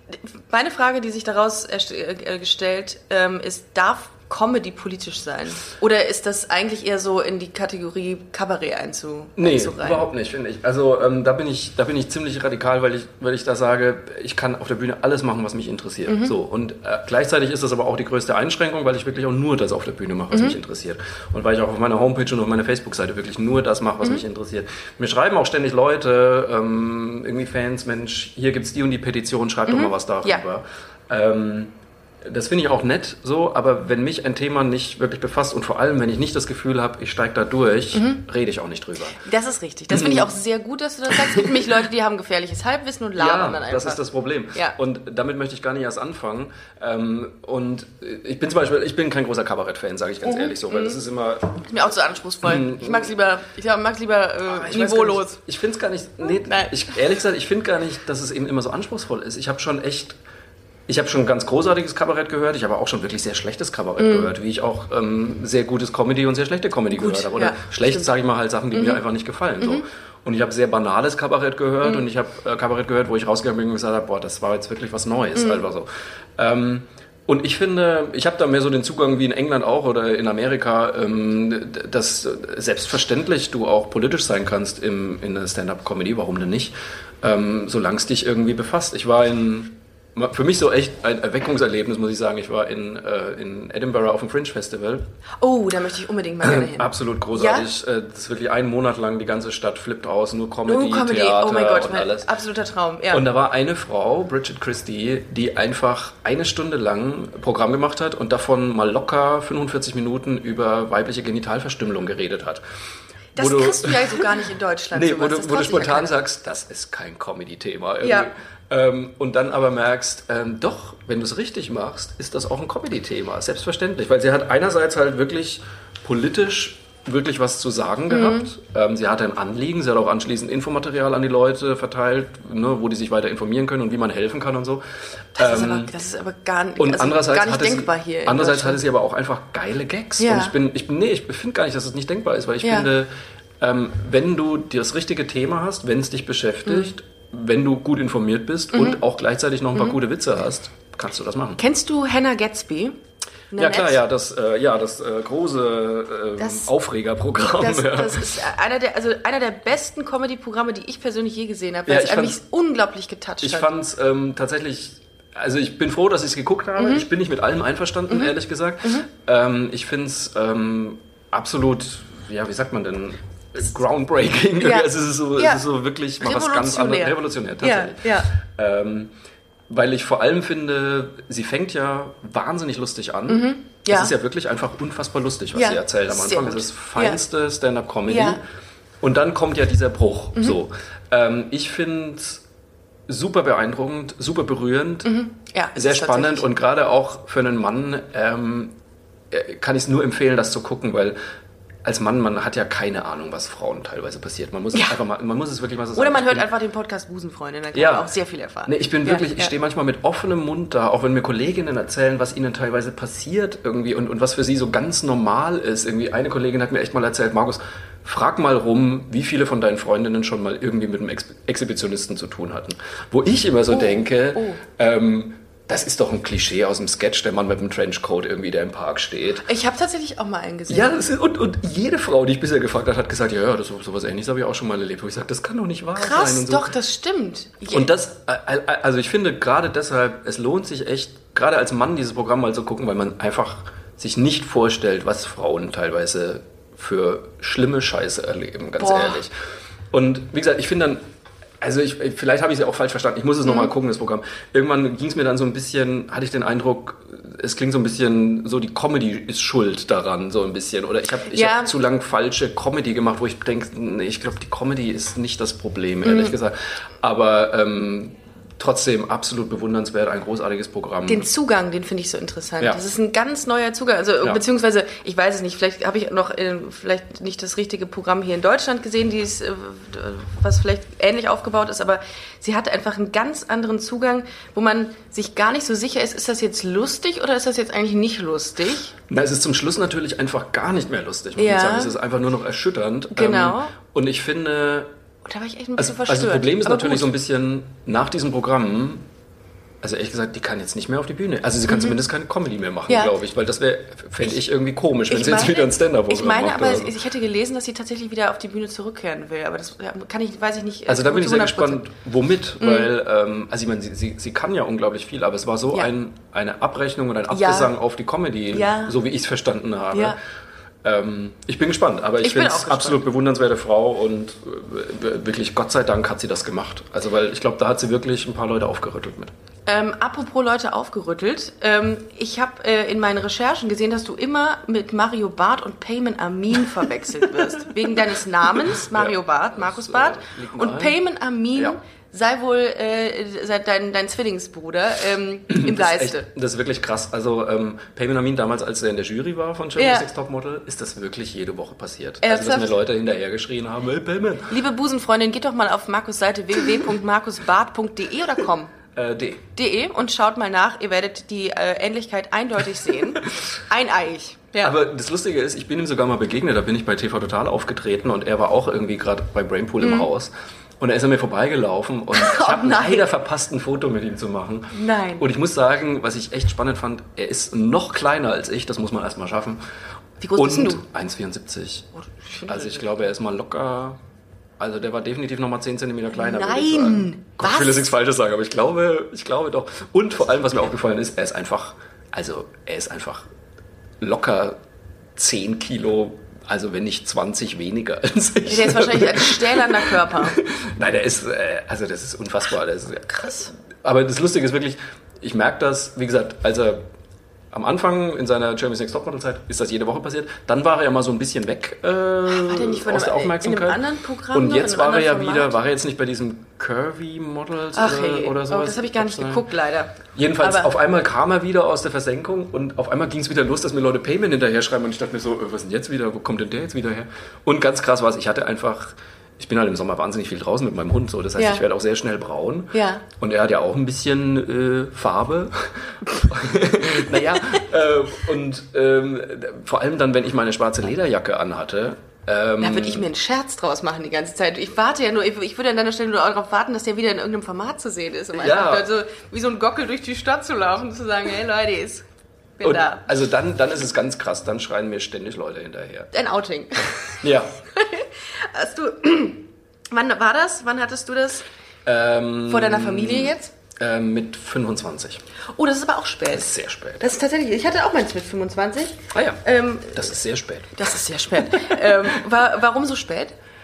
Meine Frage, die sich daraus erst- äh, gestellt, ähm, ist, darf Comedy politisch sein? Oder ist das eigentlich eher so in die Kategorie Kabarett einzu, Nee, einzureihen? überhaupt nicht, finde ich. Also ähm, da bin ich, da bin ich ziemlich radikal, weil ich, weil ich da sage, ich kann auf der Bühne alles machen, was mich interessiert. Mhm. So, und äh, gleichzeitig ist das aber auch die größte Einschränkung, weil ich wirklich auch nur das auf der Bühne mache, was mhm. mich interessiert. Und weil ich auch auf meiner Homepage und auf meiner Facebook-Seite wirklich nur das mache, was mhm. mich interessiert. Mir schreiben auch ständig Leute, ähm, irgendwie Fans, Mensch, hier gibt's die und die Petition, schreib mhm. doch mal was darüber. Ja. Ähm, Das finde ich auch nett so, aber wenn mich ein Thema nicht wirklich befasst und vor allem, wenn ich nicht das Gefühl habe, ich steige da durch, mhm. rede ich auch nicht drüber. Das ist richtig. Das finde ich auch sehr gut, dass du das sagst. Es gibt nämlich Leute, die haben gefährliches Halbwissen und labern ja, dann einfach. Das ist das Problem. Ja. Und damit möchte ich gar nicht erst anfangen. Und ich bin zum Beispiel, ich bin kein großer Kabarett-Fan, sage ich ganz mhm. ehrlich so, weil das ist immer... Das ist mir auch zu anspruchsvoll. Mhm. Ich mag es lieber, ich mag's lieber äh, niveaulos. Nicht, ich finde es gar nicht, nee, ich, ehrlich gesagt, ich finde gar nicht, dass es eben immer so anspruchsvoll ist. Ich habe schon echt... Ich habe schon ganz großartiges Kabarett gehört, ich habe auch schon wirklich sehr schlechtes Kabarett mm. gehört, wie ich auch ähm, sehr gutes Comedy und sehr schlechte Comedy Gut, gehört habe. Oder ja, schlecht, sage ich mal, halt Sachen, die mm. mir einfach nicht gefallen. Mm. So. Und ich habe sehr banales Kabarett gehört mm. und ich habe äh, Kabarett gehört, wo ich rausgegangen bin und gesagt habe, boah, das war jetzt wirklich was Neues. Mm. Einfach so. Ähm, und ich finde, ich habe da mehr so den Zugang wie in England auch oder in Amerika, ähm, dass selbstverständlich du auch politisch sein kannst im, in der Stand-Up-Comedy, warum denn nicht, ähm, solange es dich irgendwie befasst. Ich war in... Für mich so echt ein Erweckungserlebnis, muss ich sagen. Ich war in, äh, in Edinburgh auf dem Fringe Festival. Oh, da möchte ich unbedingt mal gerne hin. Absolut großartig. Ja? Das ist wirklich einen Monat lang, die ganze Stadt flippt aus, nur Comedy, nur Comedy. Theater oh mein Gott, und mein alles. Absoluter Traum, ja. Und da war eine Frau, Bridget Christie, die einfach eine Stunde lang Programm gemacht hat und davon mal locker fünfundvierzig Minuten über weibliche Genitalverstümmelung geredet hat. Das du, kriegst du ja so gar nicht in Deutschland. Nee, wo du, wo du spontan sagst, das ist kein Comedy-Thema. Irgendwie. Ja. Ähm, und dann aber merkst, ähm, doch, wenn du es richtig machst, ist das auch ein Comedy-Thema, selbstverständlich. Weil sie hat einerseits halt wirklich politisch wirklich was zu sagen gehabt. Mhm. Ähm, sie hatte ein Anliegen, sie hat auch anschließend Infomaterial an die Leute verteilt, ne, wo die sich weiter informieren können und wie man helfen kann und so. Das, ähm, ist, aber, das ist aber gar, und also andererseits gar nicht hatte denkbar sie, hier. Andererseits hatte sie aber auch einfach geile Gags. Ja. Und ich bin, ich bin, nee, ich finde gar nicht, dass es nicht denkbar ist, weil ich ja. finde, ähm, wenn du das richtige Thema hast, wenn es dich beschäftigt, mhm. wenn du gut informiert bist mhm. und auch gleichzeitig noch ein paar mhm. gute Witze hast, kannst du das machen. Kennst du Hannah Gatsby? Ja klar, ja, das, äh, ja, das äh, große äh, das, Aufregerprogramm. Das, ja. das ist einer der, also einer der besten Comedy-Programme, die ich persönlich je gesehen habe, weil ja, es mich unglaublich getoucht ich hat. Ich fand es ähm, tatsächlich, also ich bin froh, dass ich es geguckt habe. Mhm. Ich bin nicht mit allem einverstanden, mhm. ehrlich gesagt. Mhm. Ähm, ich finde es ähm, absolut, ja, wie sagt man denn, groundbreaking. Ja. Es ist so, ja. es ist so wirklich mal was ganz anderes. Revolutionär, tatsächlich. Ja. Ja. Ähm, Weil ich vor allem finde, sie fängt ja wahnsinnig lustig an. Mhm, ja. Es ist ja wirklich einfach unfassbar lustig, was ja, sie erzählt am Anfang. Es ist feinste ja. Stand-up-Comedy. Ja. Und dann kommt ja dieser Bruch. Mhm. So. Ähm, ich finde es super beeindruckend, super berührend, mhm. ja, sehr spannend. Und gerade auch für einen Mann ähm, kann ich es nur empfehlen, das zu gucken, weil als Mann, man hat ja keine Ahnung, was Frauen teilweise passiert. Man muss es ja. einfach mal, man muss es wirklich mal so sagen. Oder man hört bin, einfach den Podcast Busenfreundin, dann kann ja. man auch sehr viel erfahren. Nee, ich bin ja, wirklich, ja. ich stehe manchmal mit offenem Mund da, auch wenn mir Kolleginnen erzählen, was ihnen teilweise passiert irgendwie und, und was für sie so ganz normal ist. Irgendwie eine Kollegin hat mir echt mal erzählt, Markus, frag mal rum, wie viele von deinen Freundinnen schon mal irgendwie mit einem Ex- Exhibitionisten zu tun hatten. Wo ich immer so oh. denke, oh. Ähm, das ist doch ein Klischee aus dem Sketch, der Mann mit dem Trenchcoat irgendwie, der im Park steht. Ich habe tatsächlich auch mal einen gesehen. Ja, das ist, und, und jede Frau, die ich bisher gefragt habe, hat gesagt, ja, ja, das sowas Ähnliches habe ich auch schon mal erlebt. Wo ich sage, das kann doch nicht wahr Krass, sein. Krass, doch, das stimmt. Und das, also ich finde gerade deshalb, es lohnt sich echt, gerade als Mann dieses Programm mal zu gucken, weil man einfach sich nicht vorstellt, was Frauen teilweise für schlimme Scheiße erleben, ganz Boah. ehrlich. Und wie gesagt, ich finde dann, also ich, vielleicht habe ich es ja auch falsch verstanden. Ich muss es mhm. nochmal gucken, das Programm. Irgendwann ging es mir dann so ein bisschen, hatte ich den Eindruck, es klingt so ein bisschen so, die Comedy ist schuld daran, so ein bisschen. Oder ich habe ich ja. hab zu lang falsche Comedy gemacht, wo ich denke, nee, ich glaube, die Comedy ist nicht das Problem, ehrlich mhm. gesagt. Aber ähm, trotzdem absolut bewundernswert, ein großartiges Programm. Den Zugang, den finde ich so interessant. Ja. Das ist ein ganz neuer Zugang. Also ja. beziehungsweise, ich weiß es nicht, vielleicht habe ich noch äh, vielleicht nicht das richtige Programm hier in Deutschland gesehen, die ist, äh, was vielleicht ähnlich aufgebaut ist, aber sie hat einfach einen ganz anderen Zugang, wo man sich gar nicht so sicher ist, ist das jetzt lustig oder ist das jetzt eigentlich nicht lustig? Na, es ist zum Schluss natürlich einfach gar nicht mehr lustig, muss ja. ich sagen. Es ist einfach nur noch erschütternd. Genau. Ähm, und ich finde... Da war ich echt ein bisschen also, verstört. Also das Problem ist aber natürlich gut. so ein bisschen, nach diesem Programm also ehrlich gesagt, die kann jetzt nicht mehr auf die Bühne. Also sie kann mhm. zumindest keine Comedy mehr machen, ja. glaube ich, weil das wäre, fände ich, ich irgendwie komisch, wenn sie meine, jetzt wieder ein Stand-Up-Programm macht. Ich meine, aber so. ich hätte gelesen, dass sie tatsächlich wieder auf die Bühne zurückkehren will, aber das kann ich, weiß ich nicht. Also da bin ich sehr gespannt, womit, mhm. weil, ähm, also ich meine, sie, sie, sie kann ja unglaublich viel, aber es war so ja. ein, eine Abrechnung und ein Abgesang ja. auf die Comedy, ja. so wie ich es verstanden habe. Ja. Ähm, ich bin gespannt, aber ich, ich finde es absolut bewundernswerte Frau und äh, wirklich, Gott sei Dank hat sie das gemacht. Also weil ich glaube, da hat sie wirklich ein paar Leute aufgerüttelt mit. Ähm, apropos Leute aufgerüttelt, ähm, ich habe äh, in meinen Recherchen gesehen, dass du immer mit Mario Barth und Payman Amin verwechselt wirst. Wegen deines Namens, Mario ja, Barth, Markus Barth. Äh, und Payman Amin ja. sei wohl äh, sei dein, dein Zwillingsbruder ähm, im Geiste. Das ist, echt, das ist wirklich krass. Also ähm, Payman Amin damals, als er in der Jury war von Germany's Next Topmodel, ist das wirklich jede Woche passiert. Ernsthaft? Also dass mir Leute hinterher geschrien haben, hey Payman. Liebe Busenfreundin, geht doch mal auf Markus' Seite w w w punkt markus barth punkt d e oder com. Äh, D. De und schaut mal nach, ihr werdet die äh, Ähnlichkeit eindeutig sehen. Eineig. Ja. Aber das Lustige ist, ich bin ihm sogar mal begegnet, da bin ich bei T V Total aufgetreten und er war auch irgendwie gerade bei Brainpool mhm. im Haus. Und da ist er mir vorbeigelaufen und ich habe oh, leider verpasst, ein Foto mit ihm zu machen. Nein. Und ich muss sagen, was ich echt spannend fand, er ist noch kleiner als ich, das muss man erstmal schaffen. Wie groß und bist denn du? eins Komma vierundsiebzig. Oh, also ich glaube, er ist mal locker... Also der war definitiv nochmal zehn Zentimeter kleiner. Nein! Ich, Gott, ich will jetzt nichts Falsches sagen, aber ich glaube, ich glaube doch. Und vor allem, was mir aufgefallen ist, er ist einfach, also er ist einfach locker zehn Kilo, also wenn nicht zwanzig weniger als ich. Der ist wahrscheinlich ein stählerner Körper. Nein, der ist, also das ist unfassbar. Das ist, krass. Aber das Lustige ist wirklich, ich merke das, wie gesagt, als er am Anfang in seiner Germany's Next Topmodel-Zeit ist das jede Woche passiert. Dann war er ja mal so ein bisschen weg äh, war der nicht von aus der einem, Aufmerksamkeit. In einem anderen Programm und jetzt war er ja Format? wieder, war er jetzt nicht bei diesem Curvy Models Ach, oder, hey. oder sowas? Oh, das habe ich gar nicht sein. geguckt, leider. Jedenfalls, Aber auf einmal kam er wieder aus der Versenkung und auf einmal ging es wieder los, dass mir Leute Payment hinterher schreiben und ich dachte mir so, was ist denn jetzt wieder, wo kommt denn der jetzt wieder her? Und ganz krass war es, ich hatte einfach... Ich bin halt im Sommer wahnsinnig viel draußen mit meinem Hund, so. Das heißt, ja. ich werde auch sehr schnell braun. Ja. Und er hat ja auch ein bisschen äh, Farbe. naja, äh, und ähm, vor allem dann, wenn ich meine schwarze Lederjacke anhatte. Ähm, da würde ich mir einen Scherz draus machen die ganze Zeit. Ich warte ja nur, ich, ich würde an deiner Stelle nur darauf warten, dass der wieder in irgendeinem Format zu sehen ist. Um ja. einfach so, wie so ein Gockel durch die Stadt zu laufen und zu sagen, hey Leute, ich bin und da. Also dann, dann ist es ganz krass, dann schreien mir ständig Leute hinterher. Ein Outing. Ja. Hast du, wann war das? Wann hattest du das? Ähm, Vor deiner Familie jetzt? Ähm, mit fünfundzwanzig. Oh, das ist aber auch spät. Das ist sehr spät. Das ist tatsächlich, ich hatte auch meins mit fünfundzwanzig. Ah ja, ähm, das ist sehr spät. Das ist sehr spät. ähm, war, warum so spät?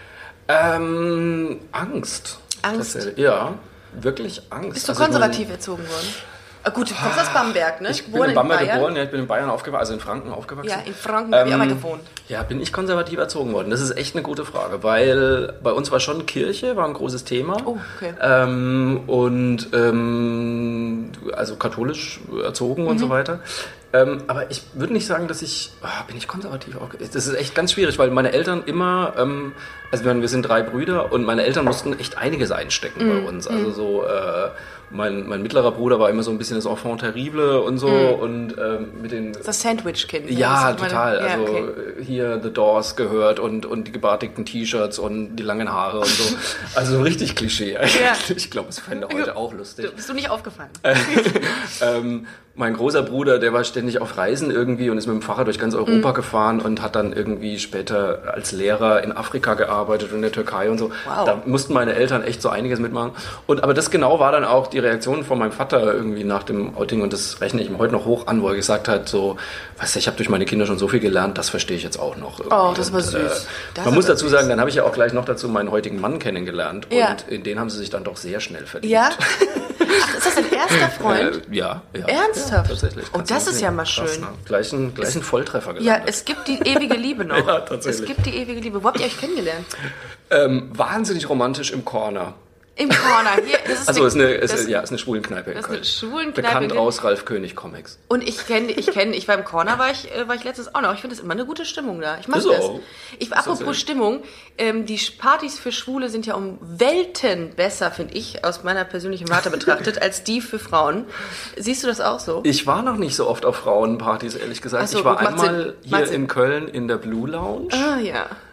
Ähm, Angst. Angst? Ja, wirklich Angst. Bist du also konservativ ich mein, erzogen worden? Ah, gut, du kommst aus Bamberg, ne? Ich bin in Bamberg geboren, ja, ich bin in Bayern aufgewachsen, also in Franken aufgewachsen. Ja, in Franken ähm, habe ich auch mal gewohnt. Ja, bin ich konservativ erzogen worden? Das ist echt eine gute Frage, weil bei uns war schon Kirche, war ein großes Thema. Oh, okay. Ähm, und ähm, also katholisch erzogen mhm. und so weiter. Ähm, aber ich würde nicht sagen, dass ich, oh, bin ich konservativ auch. Das ist echt ganz schwierig, weil meine Eltern immer, ähm, also wir, wir sind drei Brüder und meine Eltern mussten echt einiges einstecken mhm. bei uns. Also so, äh, mein, mein mittlerer Bruder war immer so ein bisschen das Enfant terrible und so mhm. und ähm, mit den... Das Sandwich-Kind. Ja, total. Meine, ja, also okay. hier The Doors gehört und, und die gebartigten T-Shirts und die langen Haare und so. Also richtig Klischee eigentlich. Ja. Ich glaube, es fände heute auch lustig. Bist du nicht aufgefallen? ähm, mein großer Bruder, der war ständig auf Reisen irgendwie und ist mit dem Fahrrad durch ganz Europa mhm. gefahren und hat dann irgendwie später als Lehrer in Afrika gearbeitet und in der Türkei und so. Wow. Da mussten meine Eltern echt so einiges mitmachen. Und aber das genau war dann auch die Reaktion von meinem Vater irgendwie nach dem Outing und das rechne ich ihm heute noch hoch an, wo er gesagt hat, so, weißt du, ich habe durch meine Kinder schon so viel gelernt, das verstehe ich jetzt auch noch. Irgendwie. Oh, das war und, süß. Äh, das man muss dazu süß. sagen, dann habe ich ja auch gleich noch dazu meinen heutigen Mann kennengelernt ja. und in den haben sie sich dann doch sehr schnell verliebt. Ja? Ach, ist das dein erster Freund? Äh, ja, ja. Ernsthaft? Ja, tatsächlich. Oh, das ist ja mal schön. Krass, ne? Gleich einen, gleich einen Volltreffer gelandet. Ja, es gibt die ewige Liebe noch. Ja, tatsächlich. Es gibt die ewige Liebe. Wo habt ihr euch kennengelernt? Ähm, wahnsinnig romantisch im Corner. Im Corner. Hier, das ist also eine, ist eine, ist, das, ja, ist eine Schwulenkneipe in das Köln. Ist eine Schwulenkneipe. Bekannt aus Ralf König Comics. Und ich kenne, ich kenne, ich war im Corner, war ich, war ich letztes auch noch. Ich finde das immer eine gute Stimmung da. Ich mag ist das. Auch. Ich, apropos das Stimmung, ähm, die Partys für Schwule sind ja um Welten besser, finde ich, aus meiner persönlichen Warte betrachtet, als die für Frauen. Siehst du das auch so? Ich war noch nicht so oft auf Frauenpartys, ehrlich gesagt. Ach so, ich war gut, einmal Sinn. hier in Köln in der Blue Lounge. Ah, ja.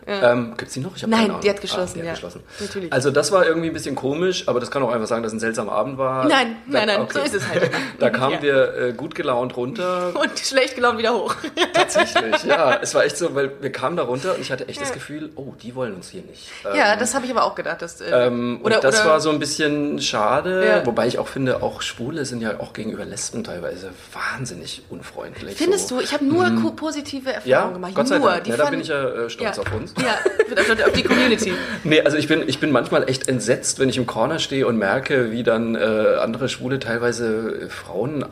Ja. Ähm, Gibt es die noch? Ich hab Nein, keine die hat geschlossen, ah, die hat ja. geschlossen. Natürlich. Also das war irgendwie ein bisschen komisch, aber das kann auch einfach sagen, dass es ein seltsamer Abend war. Nein, da, nein, nein, okay. so ist es halt. Da kamen ja. wir äh, gut gelaunt runter. Und schlecht gelaunt wieder hoch. Tatsächlich, ja. Es war echt so, weil wir kamen da runter und ich hatte echt ja. das Gefühl, oh, die wollen uns hier nicht. Ähm, ja, das habe ich aber auch gedacht. Dass, äh, ähm, oder, und das oder, war so ein bisschen schade, ja. wobei ich auch finde, auch Schwule sind ja auch gegenüber Lesben teilweise wahnsinnig unfreundlich. Findest so. du? Ich habe nur mhm. positive Erfahrungen ja, gemacht. Gott sei nur. Dank. Die ja, fanden, da bin ich ja äh, stolz ja. auf uns. Ja, auf die Community. Nee, also ich bin, ich bin manchmal echt entsetzt, wenn ich im Corner stehe und merke, wie dann äh, andere Schwule teilweise äh, Frauen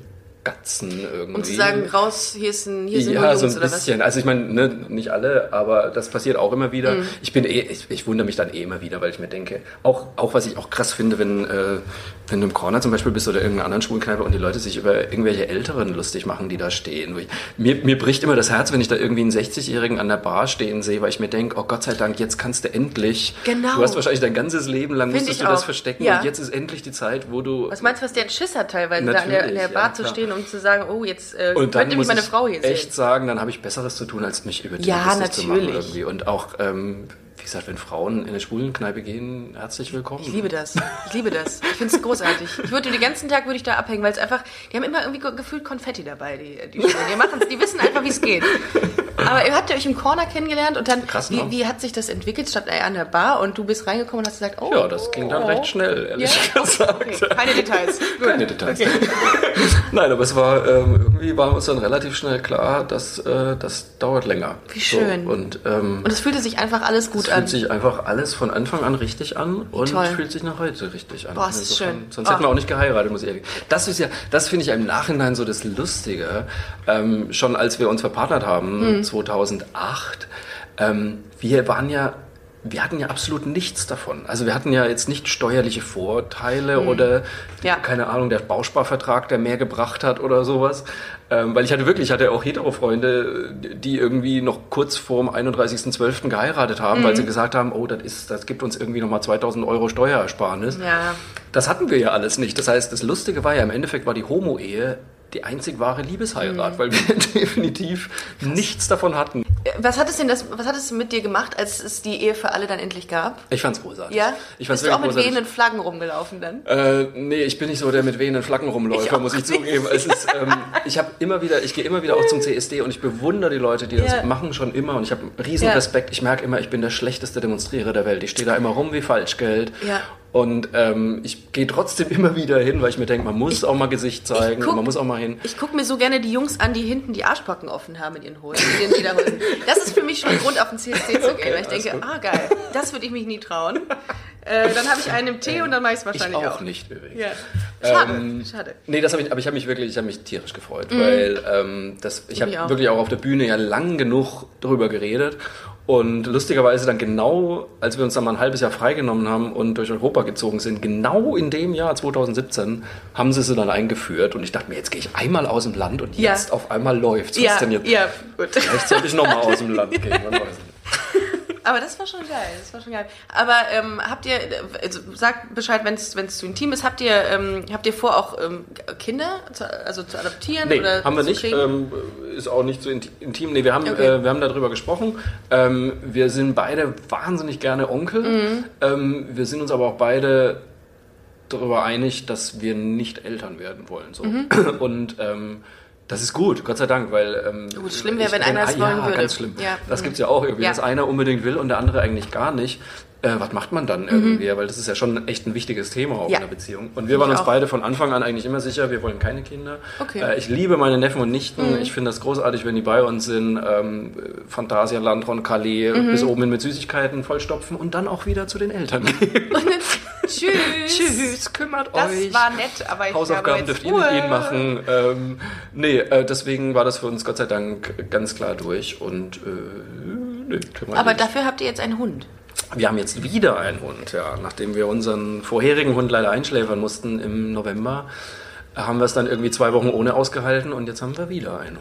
angatzen irgendwie. Und zu sagen, raus, hier, ist ein, hier sind ja, nur Jungs so ein oder bisschen. was? Also ich meine, ne, nicht alle, aber das passiert auch immer wieder. Mhm. Ich bin eh, ich, ich wundere mich dann eh immer wieder, weil ich mir denke, auch, auch was ich auch krass finde, wenn, äh, wenn du im Corner zum Beispiel bist oder irgendeiner anderen Schwulenkneipe und die Leute sich über irgendwelche Älteren lustig machen, die da stehen. Ich, mir, mir bricht immer das Herz, wenn ich da irgendwie einen sechzigjährigen an der Bar stehen sehe, weil ich mir denke, oh Gott sei Dank, jetzt kannst du endlich. Genau. Du hast wahrscheinlich dein ganzes Leben lang Find musstest du auch. das verstecken ja. und jetzt ist endlich die Zeit, wo du... Was meinst du, was der Schiss hat teilweise, da an der, in der Bar ja, zu stehen und zu sagen, oh, jetzt äh, und könnte mich meine Frau hier sehen. echt sagen, dann habe ich Besseres zu tun, als mich über die ja, lustig zu machen natürlich. irgendwie. Und auch, ähm, wie gesagt, wenn Frauen in eine Schwulenkneipe gehen, herzlich willkommen. Ich liebe das. Ich liebe das. Ich finde es großartig. Ich würde den ganzen Tag würde ich da abhängen, weil es einfach, die haben immer irgendwie gefühlt Konfetti dabei, die, die Schwulen. Die machen's, die wissen einfach, wie es geht. Aber ihr habt ihr euch im Corner kennengelernt und dann, Krass, wie, ne? wie hat sich das entwickelt? Stand er an der Bar und du bist reingekommen und hast gesagt, oh. Ja, das ging dann oh. recht schnell, ehrlich ja? gesagt. Okay. Keine Details. Keine Details. Okay. Nein, aber es war, ähm, irgendwie war uns dann relativ schnell klar, dass äh, das dauert länger. Wie schön. So, und, ähm, und es fühlte sich einfach alles gut es an. fühlt sich einfach alles von Anfang an richtig an und Toll. fühlt sich nach heute richtig an. Boah, das ist Insofern, schön. Sonst oh. hätten wir auch nicht geheiratet, muss ich ehrlich sagen. Das ist ja, das finde ich im Nachhinein so das Lustige. Ähm, schon als wir uns verpartnert haben, hm. zweitausendacht, ähm, wir waren ja wir hatten ja absolut nichts davon. Also wir hatten ja jetzt nicht steuerliche Vorteile hm. oder, ja. keine Ahnung, der Bausparvertrag, der mehr gebracht hat oder sowas. Ähm, weil ich hatte wirklich, ich hatte auch Hetero-Freunde, die irgendwie noch kurz vorm einunddreißigsten zwölften geheiratet haben, mhm. weil sie gesagt haben, oh, das ist, das gibt uns irgendwie nochmal zweitausend Euro Steuerersparnis. Ja. Das hatten wir ja alles nicht. Das heißt, das Lustige war ja, im Endeffekt war die Homo-Ehe die einzig wahre Liebesheirat, mhm. weil wir definitiv Krass. nichts davon hatten. Was hat es denn das, was hat es mit dir gemacht, als es die Ehe für alle dann endlich gab? Ich fand's großartig. Ja? Ich fand's Bist du auch mit großartig. wehenden Flaggen rumgelaufen dann? Äh, nee, ich bin nicht so der mit wehenden Flaggen rumläufer, ich muss ich zugeben. Es ist, ähm, ich habe immer wieder, ich gehe immer wieder auch zum C S D und ich bewundere die Leute, die das ja. machen schon immer und ich habe riesen ja. Respekt. Ich merke immer, ich bin der schlechteste Demonstrierer der Welt. Ich stehe da immer rum wie Falschgeld. Ja. Und ähm, ich gehe trotzdem immer wieder hin, weil ich mir denke, man muss ich, auch mal Gesicht zeigen, guck, man muss auch mal hin. Ich gucke mir so gerne die Jungs an, die hinten die Arschbacken offen haben in ihren Hosen, in ihren Lederhosen. Das ist für mich schon ein Grund, auf den C S D zu gehen, okay, weil ich denke, gut. ah geil, das würde ich mich nie trauen. Äh, dann habe ich einen im Tee und dann mache ich es wahrscheinlich auch. Ich auch, auch nicht übrigens. Ja. Schade, ähm, schade. Nee, das habe ich, aber ich habe mich wirklich, ich habe mich tierisch gefreut, mhm. weil ähm, das, ich habe wirklich auch auf der Bühne ja lang genug drüber geredet. Und lustigerweise dann genau, als wir uns dann mal ein halbes Jahr freigenommen haben und durch Europa gezogen sind, genau in dem Jahr zweitausendsiebzehn haben sie sie dann eingeführt. Und ich dachte mir, jetzt gehe ich einmal aus dem Land und ja. jetzt auf einmal läuft's. Was ja, denn jetzt? Ja, gut. Vielleicht sollte ich nochmal aus dem Land gehen, man weiß nicht. Aber das war schon geil, das war schon geil. Aber ähm, habt ihr, also sag Bescheid, wenn es zu intim ist, habt ihr, ähm, habt ihr vor, auch ähm, Kinder zu, also zu adoptieren? Nee, oder haben wir zu nicht. Ähm, ist auch nicht so intim. Nee, wir haben, okay. äh, wir haben darüber gesprochen. Ähm, wir sind beide wahnsinnig gerne Onkel. Mhm. Ähm, wir sind uns aber auch beide darüber einig, dass wir nicht Eltern werden wollen. So. Mhm. Und ähm, das ist gut, Gott sei Dank, weil... Ähm, gut, schlimm wäre, wenn einer es wollen ja, würde. Ganz schlimm. Ja. Das gibt es ja auch irgendwie, ja. dass einer unbedingt will und der andere eigentlich gar nicht. Äh, was macht man dann irgendwie? Mhm. Weil das ist ja schon echt ein wichtiges Thema auch ja. in der Beziehung. Und wir waren ich uns auch. beide von Anfang an eigentlich immer sicher, wir wollen keine Kinder. Okay. Äh, ich liebe meine Neffen und Nichten. Mhm. Ich finde das großartig, wenn die bei uns sind. Ähm, Phantasialand, Roncalais, mhm. bis oben hin mit Süßigkeiten vollstopfen und dann auch wieder zu den Eltern gehen. Tschüss. Tschüss, kümmert das euch. Das war nett, aber ich Hausaufgaben dürft ihr mit ihnen machen. Ähm, nee, äh, deswegen war das für uns Gott sei Dank ganz klar durch. Und, äh, nee, aber dafür habt ihr jetzt einen Hund. Wir haben jetzt wieder einen Hund, ja. Nachdem wir unseren vorherigen Hund leider einschläfern mussten im November, haben wir es dann irgendwie zwei Wochen ohne ausgehalten und jetzt haben wir wieder einen Hund. Oh.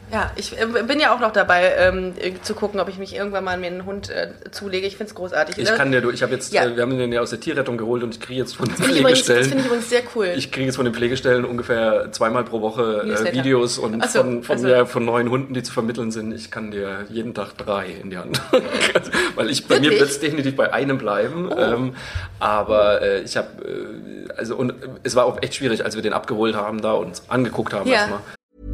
Ja, ich äh, bin ja auch noch dabei, ähm, zu gucken, ob ich mich irgendwann mal mir einen Hund äh, zulege. Ich finde es großartig. Ich kann dir, du, ich habe jetzt, ja. äh, wir haben den ja aus der Tierrettung geholt und ich kriege jetzt von den das Pflegestellen. Übrigens, das finde ich übrigens sehr cool. Ich kriege jetzt von den Pflegestellen ungefähr zweimal pro Woche äh, Videos und so, von, von, also. ja, von neuen Hunden, die zu vermitteln sind. Ich kann dir jeden Tag drei in die Hand. Weil ich, bei mir wird es definitiv bei einem bleiben. Oh. Ähm, aber äh, ich habe, äh, also, und es war auch echt schwierig, als wir den abgeholt haben, da uns angeguckt haben ja. erstmal.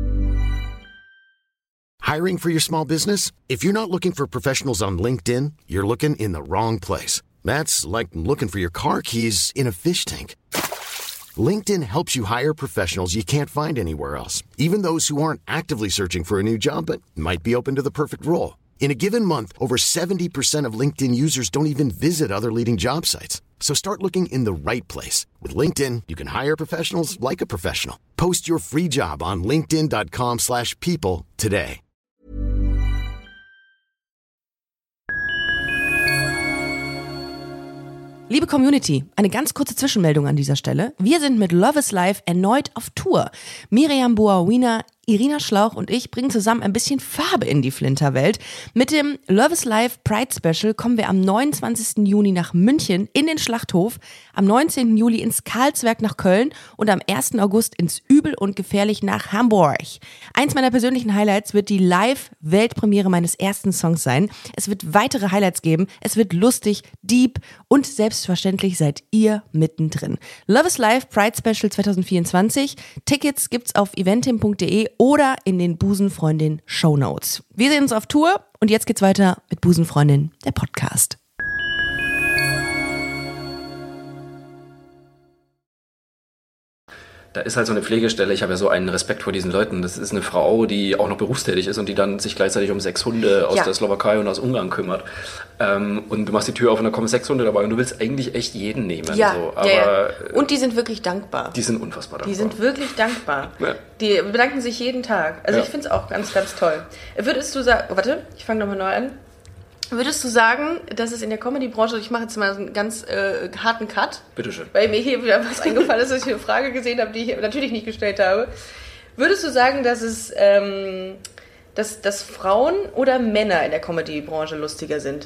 Hiring for your small business? If you're not looking for professionals on LinkedIn, you're looking in the wrong place. That's like looking for your car keys in a fish tank. LinkedIn helps you hire professionals you can't find anywhere else, even those who aren't actively searching for a new job but might be open to the perfect role. In a given month, over seventy percent of LinkedIn users don't even visit other leading job sites. So start looking in the right place. With LinkedIn, you can hire professionals like a professional. Post your free job on linkedin dot com slash people today. Liebe Community, eine ganz kurze Zwischenmeldung an dieser Stelle. Wir sind mit Love is Life erneut auf Tour. Miriam Boawina, Irina Schlauch und ich bringen zusammen ein bisschen Farbe in die Flinterwelt. Mit dem Love is Life Pride Special kommen wir am neunundzwanzigsten Juni nach München in den Schlachthof, am neunzehnten Juli ins Karlswerk nach Köln und am ersten August ins Übel und Gefährlich nach Hamburg. Eins meiner persönlichen Highlights wird die Live-Weltpremiere meines ersten Songs sein. Es wird weitere Highlights geben, es wird lustig, deep und selbstverständlich seid ihr mittendrin. Love is Life Pride Special zwanzig vierundzwanzig. Tickets gibt's auf eventim punkt de oder in den Busenfreundin Shownotes. Wir sehen uns auf Tour und jetzt geht's weiter mit Busenfreundin, der Podcast. Da ist halt so eine Pflegestelle, ich habe ja so einen Respekt vor diesen Leuten. Das ist eine Frau, die auch noch berufstätig ist und die dann sich gleichzeitig um sechs Hunde aus ja. der Slowakei und aus Ungarn kümmert. Ähm, und du machst die Tür auf und da kommen sechs Hunde dabei und du willst eigentlich echt jeden nehmen. Ja, so. Aber, ja, ja. Und die sind wirklich dankbar. Die sind unfassbar dankbar. Die sind wirklich dankbar. Ja. Die bedanken sich jeden Tag. Also ja. ich finde es auch ganz, ganz toll. Würdest du sagen, oh, warte, ich fange nochmal neu an. Würdest du sagen, dass es in der Comedy-Branche, ich mache jetzt mal so einen ganz äh, harten Cut, bitteschön, weil mir hier wieder was eingefallen ist, dass ich eine Frage gesehen habe, die ich natürlich nicht gestellt habe. Würdest du sagen, dass es, ähm, dass, dass Frauen oder Männer in der Comedy-Branche lustiger sind?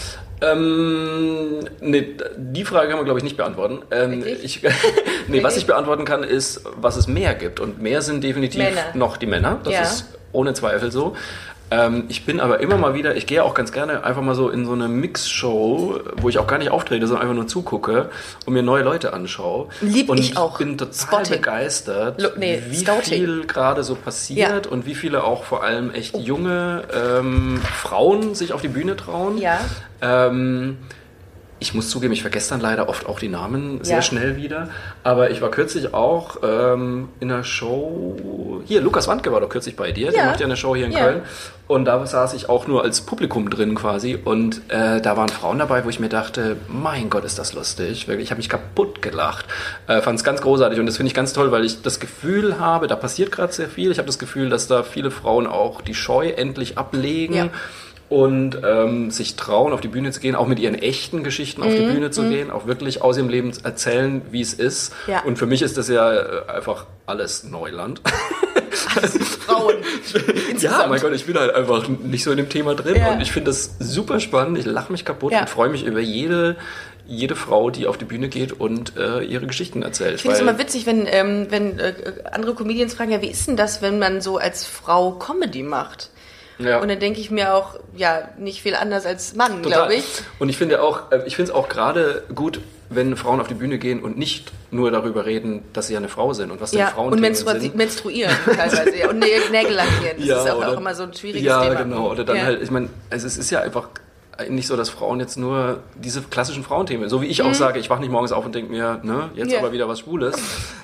Ähm, nee, die Frage kann man, glaube ich, nicht beantworten. Ähm, ich, nee, was ich beantworten kann, ist, was es mehr gibt. Und mehr sind definitiv Männer. Noch die Männer. Das ja. ist ohne Zweifel so. Ähm, ich bin aber immer mal wieder, ich gehe auch ganz gerne einfach mal so in so eine Mix-Show, wo ich auch gar nicht auftrete, sondern einfach nur zugucke und mir neue Leute anschaue. Lieb und ich auch. Ich bin total Spotting. begeistert, Lo- nee, wie Scouting. viel gerade so passiert ja. und wie viele auch vor allem echt junge ähm, Frauen sich auf die Bühne trauen. Ja. Ähm, Ich muss zugeben, ich vergesse dann leider oft auch die Namen sehr ja. schnell wieder. Aber ich war kürzlich auch ähm, in einer Show. Hier, Lukas Wandke war doch kürzlich bei dir. Ja. Der macht ja eine Show hier in ja. Köln. Und da saß ich auch nur als Publikum drin quasi. Und äh, da waren Frauen dabei, wo ich mir dachte, mein Gott, ist das lustig. Wirklich, ich habe mich kaputt gelacht. Äh, fand es ganz großartig. Und das finde ich ganz toll, weil ich das Gefühl habe, da passiert gerade sehr viel. Ich habe das Gefühl, dass da viele Frauen auch die Scheu endlich ablegen. Ja. Und ähm, sich trauen, auf die Bühne zu gehen, auch mit ihren echten Geschichten auf mm, die Bühne zu mm. gehen, auch wirklich aus ihrem Leben erzählen, wie es ist. Ja. Und für mich ist das ja äh, einfach alles Neuland. Alles Frauen. Ja, mein Gott, ich bin halt einfach nicht so in dem Thema drin. Ja. Und ich finde das super spannend. Ich lache mich kaputt ja. und freue mich über jede... jede Frau, die auf die Bühne geht und äh, ihre Geschichten erzählt. Ich finde es immer witzig, wenn, ähm, wenn äh, andere Comedians fragen, ja, wie ist denn das, wenn man so als Frau Comedy macht? Ja. Und dann denke ich mir auch, ja, nicht viel anders als Mann, glaube ich. Und ich finde auch, ich finde es auch gerade gut, wenn Frauen auf die Bühne gehen und nicht nur darüber reden, dass sie ja eine Frau sind und was ja, denn Frauenthemen sind. Und menstruieren teilweise, ja. Und Nägel lackieren, das ja, ist auch, oder, auch immer so ein schwieriges ja, Thema. Ja, genau. Oder dann ja. halt, ich meine, also es ist ja einfach nicht so, dass Frauen jetzt nur diese klassischen Frauenthemen, so wie ich mhm. auch sage, ich wache nicht morgens auf und denke mir, ne, jetzt ja. aber wieder was Schwules.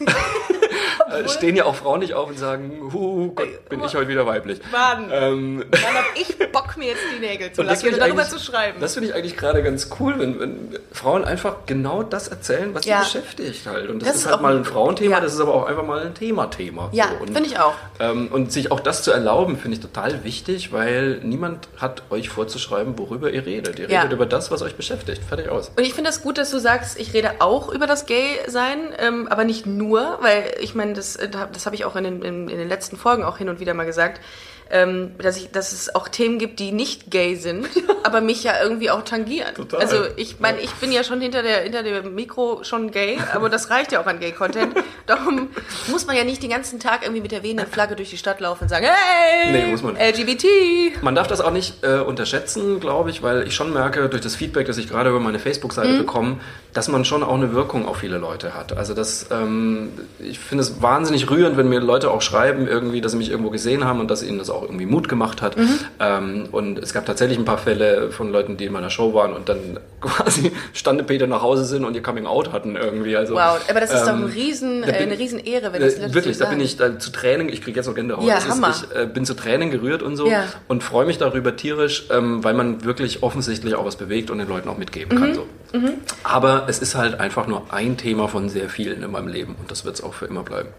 Stehen ja auch Frauen nicht auf und sagen, huh, Gott, bin ich heute wieder weiblich. Mann, ähm, Mann, hab ich Bock, mir jetzt die Nägel zu lackieren und darüber zu schreiben. Das finde ich eigentlich gerade ganz cool, wenn, wenn Frauen einfach genau das erzählen, was ja. sie beschäftigt halt. Und das, das ist halt mal ein Frauenthema, ja. das ist aber auch einfach mal ein Thema-Thema. Ja, so. finde ich auch. Ähm, und sich auch das zu erlauben, finde ich total wichtig, weil niemand hat euch vorzuschreiben, worüber ihr redet. Ihr ja. redet über das, was euch beschäftigt. Fertig aus. Und ich finde das gut, dass du sagst, ich rede auch über das Gay-Sein, ähm, aber nicht nur, weil ich meine, das, das habe ich auch in den, in, in den letzten Folgen auch hin und wieder mal gesagt, ähm, dass, ich, dass es auch Themen gibt, die nicht gay sind, aber mich ja irgendwie auch tangieren. Total. Also ich meine, ich bin ja schon hinter der hinter dem Mikro schon gay, aber das reicht ja auch an Gay-Content. Darum muss man ja nicht den ganzen Tag irgendwie mit der wehenden Flagge durch die Stadt laufen und sagen, hey, nee, muss man nicht. L G B T. Man darf das auch nicht äh, unterschätzen, glaube ich, weil ich schon merke, durch das Feedback, das ich gerade über meine Facebook-Seite mhm. bekomme, dass man schon auch eine Wirkung auf viele Leute hat. Also das, ähm, ich finde es wahnsinnig rührend, wenn mir Leute auch schreiben, irgendwie, dass sie mich irgendwo gesehen haben und dass ihnen das auch irgendwie Mut gemacht hat. Mhm. Ähm, und es gab tatsächlich ein paar Fälle von Leuten, die in meiner Show waren und dann quasi Standepeter nach Hause sind und ihr Coming-out hatten irgendwie. Also, wow, aber das ist ähm, doch ein riesen, bin, äh, eine riesen Ehre, wenn das äh, Leute wirklich, so da bin ich da, zu Tränen, ich kriege jetzt noch Gänsehaut. Ja, das Hammer. Ist, ich äh, bin zu Tränen gerührt und so ja. und freue mich darüber tierisch, ähm, weil man wirklich offensichtlich auch was bewegt und den Leuten auch mitgeben kann. Mhm. So. Mhm. Aber es ist halt einfach nur ein Thema von sehr vielen in meinem Leben und das wird es auch für immer bleiben.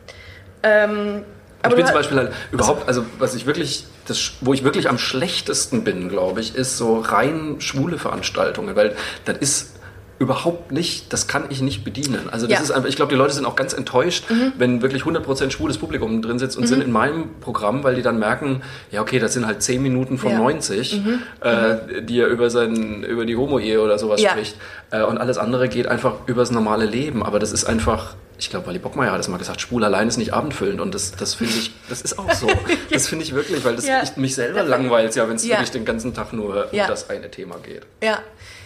Ähm, aber ich bin zum Beispiel halt überhaupt, also was ich wirklich, das, wo ich wirklich am schlechtesten bin, glaube ich, ist so rein schwule Veranstaltungen, weil das ist überhaupt nicht, das kann ich nicht bedienen. Also das ja. ist einfach, ich glaube, die Leute sind auch ganz enttäuscht, mhm. wenn wirklich hundert Prozent schwules Publikum drin sitzt und mhm. sind in meinem Programm, weil die dann merken, ja okay, das sind halt zehn Minuten von ja. neunzig, mhm. Äh, die er über, sein, über die Homo-Ehe oder sowas ja. spricht. Äh, und alles andere geht einfach übers normale Leben. Aber das ist einfach, ich glaube, Wally Bockmeier hat es mal gesagt, schwul allein ist nicht abendfüllend. Und das, das finde ich, das ist auch so. Das finde ich wirklich, weil das ja. ich, mich selber langweilt, ja, wenn es ja. wirklich den ganzen Tag nur ja. um das eine Thema geht. Ja.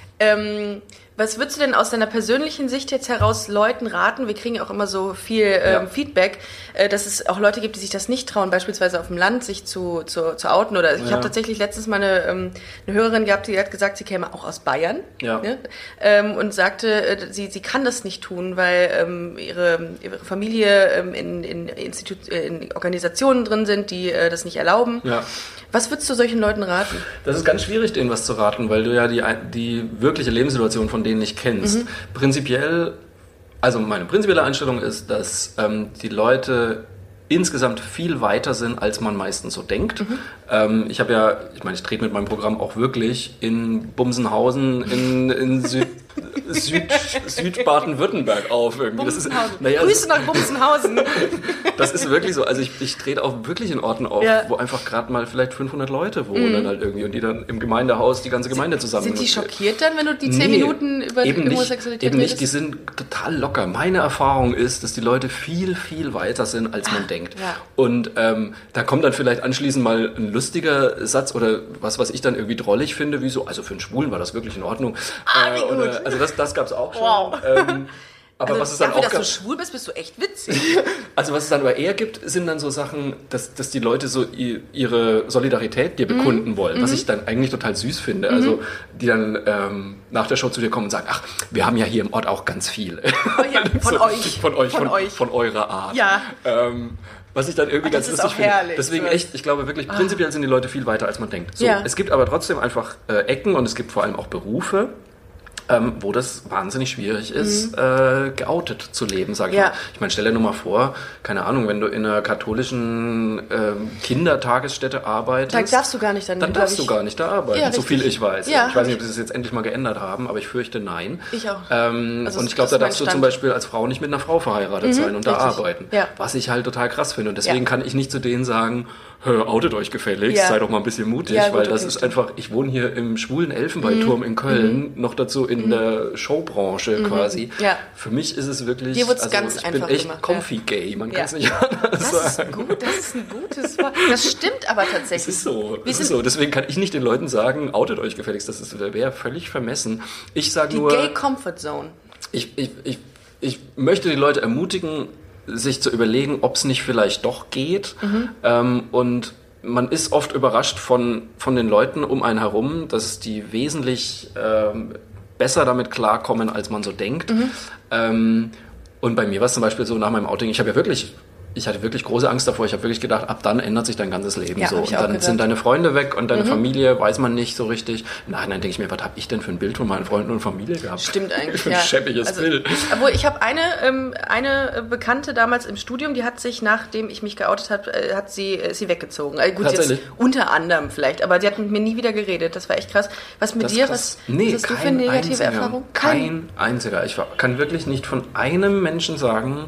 Ähm, was würdest du denn aus deiner persönlichen Sicht jetzt heraus Leuten raten? Wir kriegen ja auch immer so viel ähm, ja. Feedback, äh, dass es auch Leute gibt, die sich das nicht trauen, beispielsweise auf dem Land sich zu, zu, zu outen. Oder ich ja. habe tatsächlich letztens mal eine, ähm, eine Hörerin gehabt, die hat gesagt, sie käme auch aus Bayern ja. ne? ähm, und sagte, äh, sie, sie kann das nicht tun, weil ähm, ihre, ihre Familie ähm, in, in, Institu- in Organisationen drin sind, die äh, das nicht erlauben. Ja. Was würdest du solchen Leuten raten? Das ist ganz schwierig, denen was zu raten, weil du ja die, die wirkliche Lebenssituation von denen nicht kennst. Mhm. Prinzipiell, also meine prinzipielle Einstellung ist, dass ähm, die Leute insgesamt viel weiter sind, als man meistens so denkt. Mhm. Ähm, ich habe ja, ich meine, ich trete mit meinem Programm auch wirklich in Bumsenhausen in, in Süd, Süd, Südbaden-Württemberg auf. Irgendwie. Das ist, naja, Grüße nach Bumsenhausen. Das ist wirklich so. Also ich, ich trete auch wirklich in Orten auf, ja. wo einfach gerade mal vielleicht fünfhundert Leute wohnen mhm. halt irgendwie und die dann im Gemeindehaus die ganze Gemeinde zusammen. Sind die schockiert dann, wenn du die zehn nee, Minuten über eben Homosexualität nicht, eben nicht. redest? Die sind total locker. Meine Erfahrung ist, dass die Leute viel, viel weiter sind, als man ah, denkt. Ja. Und ähm, da kommt dann vielleicht anschließend mal ein lustiger Satz oder was, was ich dann irgendwie drollig finde, wie so, also für einen Schwulen war das wirklich in Ordnung. Ah, wie äh, oder, gut. Also das, das gab es auch schon. Wow. Ähm, aber also was es dann dafür, auch dass du schwul bist, bist du echt witzig. Also was es dann aber eher gibt, sind dann so Sachen, dass, dass die Leute so ihre Solidarität dir bekunden mhm. wollen, was ich dann eigentlich total süß finde. Mhm. Also die dann ähm, nach der Show zu dir kommen und sagen, ach, wir haben ja hier im Ort auch ganz viele. Oh ja, von so, euch. Von euch, von, von, euch. von eurer Art. Ja. Ähm, was ich dann irgendwie Ach, ganz das lustig ist auch herrlich. finde. Deswegen echt, ich glaube wirklich, prinzipiell sind die Leute viel weiter, als man denkt. So, ja. Es gibt aber trotzdem einfach äh, Ecken und es gibt vor allem auch Berufe, Ähm, wo das wahnsinnig schwierig ist, mhm. äh, geoutet zu leben, sag ich ja. mal. Ich meine, stell dir nur mal vor, keine Ahnung, wenn du in einer katholischen ähm, Kindertagesstätte arbeitest. Dann darfst du gar nicht dann, Dann darfst du gar nicht da arbeiten, ja, so viel ich weiß. Ja, ich weiß nicht, ob sie das jetzt endlich mal geändert haben, aber ich fürchte nein. Ich auch. Ähm, also und ich glaube, da darfst du zum Beispiel als Frau nicht mit einer Frau verheiratet mhm, sein und da richtig. arbeiten. Ja. Was ich halt total krass finde. Und deswegen ja. kann ich nicht zu denen sagen, hör, outet euch gefälligst, ja. sei doch mal ein bisschen mutig, ja, gut, weil das okay, ist stimmt. einfach, ich wohne hier im schwulen Elfenbeinturm mhm. in Köln, mhm. noch dazu in mhm. der Showbranche mhm. quasi. Ja. Für mich ist es wirklich, Dir wird's also ganz ich einfach bin echt gemacht, comfy ja. gay, man ja. kann es nicht anders das sagen. Ist gut, das ist ein gutes Wort. Das stimmt aber tatsächlich. Das ist so, das ist so. Deswegen kann ich nicht den Leuten sagen, outet euch gefälligst, das wäre völlig vermessen. Ich sage nur... Die Gay Comfort Zone. Ich, ich, ich, ich möchte die Leute ermutigen, sich zu überlegen, ob es nicht vielleicht doch geht. Mhm. Ähm, und man ist oft überrascht von, von den Leuten um einen herum, dass die wesentlich ähm, besser damit klarkommen, als man so denkt. Mhm. Ähm, und bei mir war es zum Beispiel so nach meinem Outing, ich habe ja wirklich... Ich hatte wirklich große Angst davor. Ich habe wirklich gedacht, ab dann ändert sich dein ganzes Leben ja, so. Und dann sind deine Freunde weg und deine mhm. Familie weiß man nicht so richtig. Nein, dann denke ich mir, was habe ich denn für ein Bild von meinen Freunden und Familie gehabt? Stimmt eigentlich, für ein ja. schäbiges also, Bild. Obwohl, ich habe eine, ähm, eine Bekannte damals im Studium, die hat sich, nachdem ich mich geoutet habe, äh, hat sie, ist sie weggezogen. Also gut, jetzt unter anderem vielleicht, aber sie hat mit mir nie wieder geredet. Das war echt krass. Was mit das dir? Was, was, nee, was hast du für eine negative einziger, Erfahrung? Kein, kein einziger. Ich war, kann wirklich nicht von einem Menschen sagen,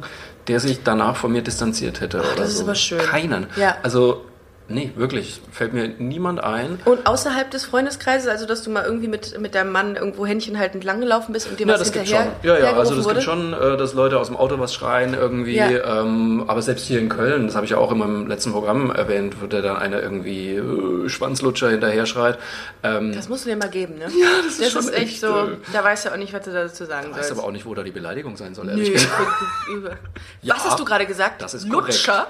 der sich danach von mir distanziert hätte. Ach, oder das ist so. aber schön. Keinen. Ja. Also, nee, wirklich, fällt mir niemand ein. Und außerhalb des Freundeskreises, also dass du mal irgendwie mit, mit deinem Mann irgendwo händchenhaltend langgelaufen bist und dir Ja, was das gibt hinterher schon. Ja, ja, also hergerufen das wurde? gibt schon, äh, dass Leute aus dem Auto was schreien irgendwie. Ja. Ähm, aber selbst hier in Köln, das habe ich ja auch in meinem letzten Programm erwähnt, wo der dann einer irgendwie äh, Schwanzlutscher hinterher schreit. Ähm, Das musst du dir mal geben, ne? Ja, das ist das schon ist echt echt, so, äh, da weißt du auch nicht, was du dazu sagen ich weiß sollst. aber auch nicht, wo da die Beleidigung sein soll, Nö. ehrlich gesagt. Was Ja, hast du gerade gesagt? das ist korrekt. Lutscher?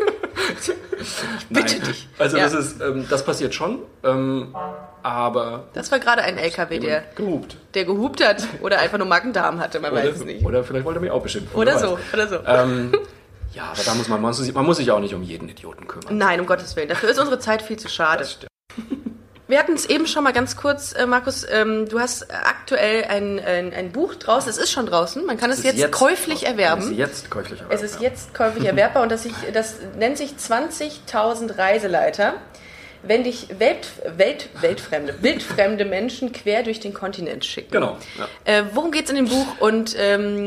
Bitte Nein. dich. Also Ja. das ist, ähm, das passiert schon, ähm, aber Das war gerade ein L K W, der, gehupt. der gehupt hat oder einfach nur Magen-Darm hatte, man weiß es Oder, nicht. oder vielleicht wollte er mich auch beschimpfen. Oder wer so, weiß. oder so. Ähm, ja, aber da muss man, man muss, sich, man muss sich auch nicht um jeden Idioten kümmern. Nein, um Gottes Willen. Dafür ist unsere Zeit viel zu schade. Das stimmt. Wir hatten es eben schon mal ganz kurz, äh, Markus, ähm, du hast aktuell ein, ein, ein Buch draußen. Es ist schon draußen. Man kann es, Es jetzt, ist käuflich erwerben. Es ist jetzt käuflich erwerben. Es ist jetzt käuflich erwerbbar und das, ich, das nennt sich zwanzigtausend Reiseleiter, wenn dich Welt, Welt, weltfremde, wildfremde Menschen quer durch den Kontinent schicken. Genau. Ja. Äh, worum geht's in dem Buch und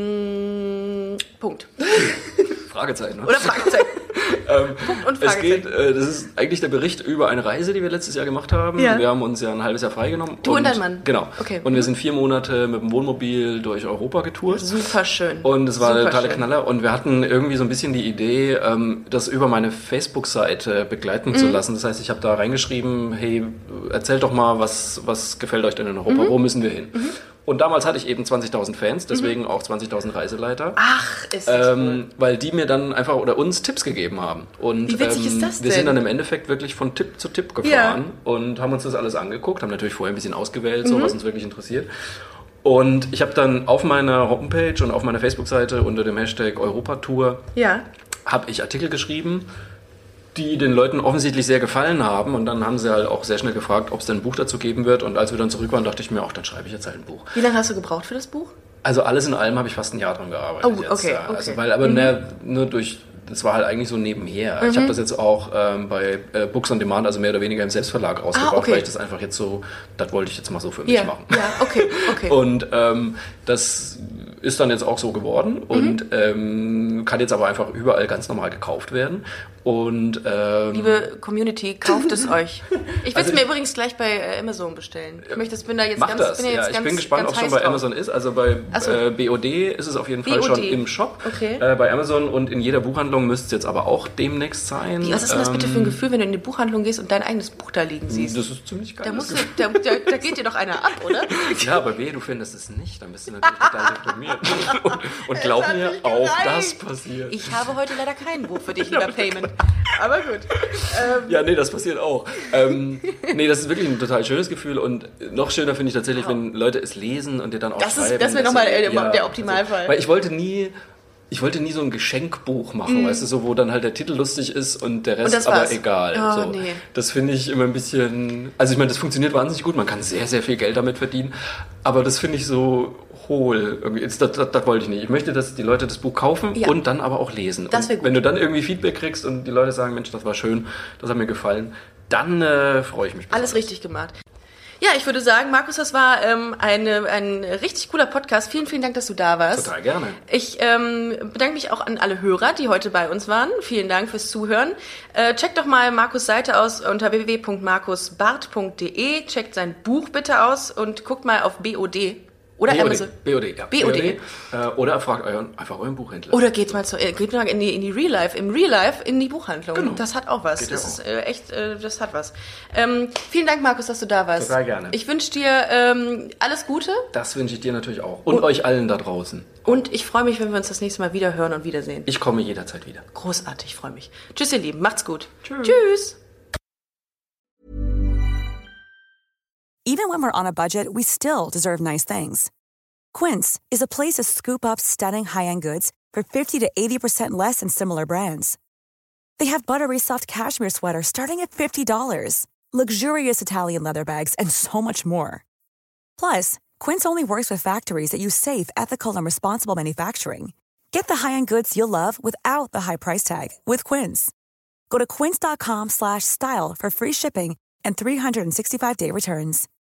ähm, Punkt. Fragezeichen. Ne? Oder Fragezeichen. ähm, Punkt und es Fragezeichen. geht, äh, das ist eigentlich der Bericht über eine Reise, die wir letztes Jahr gemacht haben. Ja. Wir haben uns ja ein halbes Jahr freigenommen. Du und dein Mann? Genau. Okay. Und wir sind vier Monate mit dem Wohnmobil durch Europa getourt. Super schön. Und es war Super eine totale schön. Knaller. Und wir hatten irgendwie so ein bisschen die Idee, ähm, das über meine Facebook-Seite begleiten Mhm. zu lassen. Das heißt, ich habe da reingeschrieben, hey, erzählt doch mal, was, was gefällt euch denn in Europa? Mhm. Wo müssen wir hin? Und damals hatte ich eben zwanzigtausend Fans, deswegen auch zwanzigtausend Reiseleiter. Ach, ist das Ähm, weil die mir dann einfach oder uns Tipps gegeben haben. Und Wie witzig ähm, ist das wir sind denn? dann im Endeffekt wirklich von Tipp zu Tipp gefahren und haben uns das alles angeguckt, haben natürlich vorher ein bisschen ausgewählt, Mhm. so was uns wirklich interessiert. Und ich habe dann auf meiner Homepage und auf meiner Facebook-Seite unter dem Hashtag Europatour Ja. habe ich Artikel geschrieben, die den Leuten offensichtlich sehr gefallen haben. Und dann haben sie halt auch sehr schnell gefragt, ob es denn ein Buch dazu geben wird. Und als wir dann zurück waren, dachte ich mir, auch dann schreibe ich jetzt halt ein Buch. Wie lange hast du gebraucht für das Buch? Also alles in allem habe ich fast ein Jahr dran gearbeitet. Oh, jetzt. okay, ja. okay. Also, weil, aber ne, nur durch, das war halt eigentlich so nebenher. Ich habe das jetzt auch ähm, bei äh, Books on Demand, also mehr oder weniger im Selbstverlag rausgebracht, Ah, okay. weil ich das einfach jetzt so, das wollte ich jetzt mal so für mich Ja, machen. ja, okay, okay. Und ähm, das ist dann jetzt auch so geworden und ähm, kann jetzt aber einfach überall ganz normal gekauft werden. Und ähm, Liebe Community, kauft es euch. Ich will Also es mir ich- übrigens gleich bei äh, Amazon bestellen. Ich möchte, bin da jetzt Mach ganz, das, bin da ja. jetzt Ich ganz, bin gespannt, ob ganz es schon heiß bei drauf. Amazon ist. Also bei Ach so. äh, B O D ist es auf jeden Fall B O D. schon im Shop. Okay. Äh, bei Amazon und in jeder Buchhandlung müsste es jetzt aber auch demnächst sein. Wie, was ist denn das bitte für ein Ähm, Gefühl, wenn du in die Buchhandlung gehst und dein eigenes Buch da liegen siehst? Das ist ziemlich geil. Da, das musst du, da, da, da geht dir doch einer ab, oder? Ja, aber wehe, du findest es nicht, dann bist du natürlich total deprimiert. Und, und glaub hat mir, nicht auch gereicht. das passiert. Ich habe heute leider kein Buch für dich, lieber Payment. Aber gut. Ja, nee, das passiert auch. Ähm, nee, das ist wirklich ein total schönes Gefühl und noch schöner finde ich tatsächlich, wenn Leute es lesen und dir dann auch Das ist- schreiben. das wäre dass noch mal, sie- äh, der Optimalfall. Also, weil ich wollte nie... Ich wollte nie so ein Geschenkbuch machen, weißt du, so wo dann halt der Titel lustig ist und der Rest das aber war's. egal. Oh, so. nee. Das finde ich immer ein bisschen... Also ich meine, das funktioniert wahnsinnig gut, man kann sehr, sehr viel Geld damit verdienen, aber das finde ich so hohl. Irgendwie. Das, das, das wollte ich nicht. Ich möchte, dass die Leute das Buch kaufen Ja. und dann aber auch lesen. Das Und wär gut. wenn du dann irgendwie Feedback kriegst und die Leute sagen, Mensch, das war schön, das hat mir gefallen, dann äh, freue ich mich. Alles besonders. richtig gemacht. Ja, ich würde sagen, Markus, das war ähm, eine, ein richtig cooler Podcast. Vielen, vielen Dank, dass du da warst. Total gerne. Ich ähm, bedanke mich auch an alle Hörer, die heute bei uns waren. Vielen Dank fürs Zuhören. Äh, checkt doch mal Markus' Seite aus unter w w w punkt markus bart punkt d e. Checkt sein Buch bitte aus und guckt mal auf B O D. Oder B O D, Amazon. B O D, ja. B O D. Äh, oder fragt euren, einfach euren Buchhändler. Oder geht's mal, zu, äh, geht mal in die, in die Real Life, im Real Life in die Buchhandlung. Genau. Das hat auch was. Geht Das ja ist auch. äh, echt, äh, das hat was. Ähm, vielen Dank, Markus, dass du da warst. Total gerne. Ich wünsche dir ähm, alles Gute Das wünsche ich dir natürlich auch. Und euch allen da draußen. und ich freue mich, wenn wir uns das nächste Mal wieder hören und wiedersehen. Ich komme jederzeit wieder. Großartig, ich freue mich. Tschüss, ihr Lieben, macht's gut. Tschüss. Tschüss. Even when we're on a budget, we still deserve nice things. Quince is a place to scoop up stunning high-end goods for fifty to eighty percent less than similar brands. They have buttery soft cashmere sweaters starting at fifty dollars, luxurious Italian leather bags, and so much more. Plus, Quince only works with factories that use safe, ethical, and responsible manufacturing. Get the high-end goods you'll love without the high price tag with Quince. Go to quince dot com slash style for free shipping and three sixty-five day returns.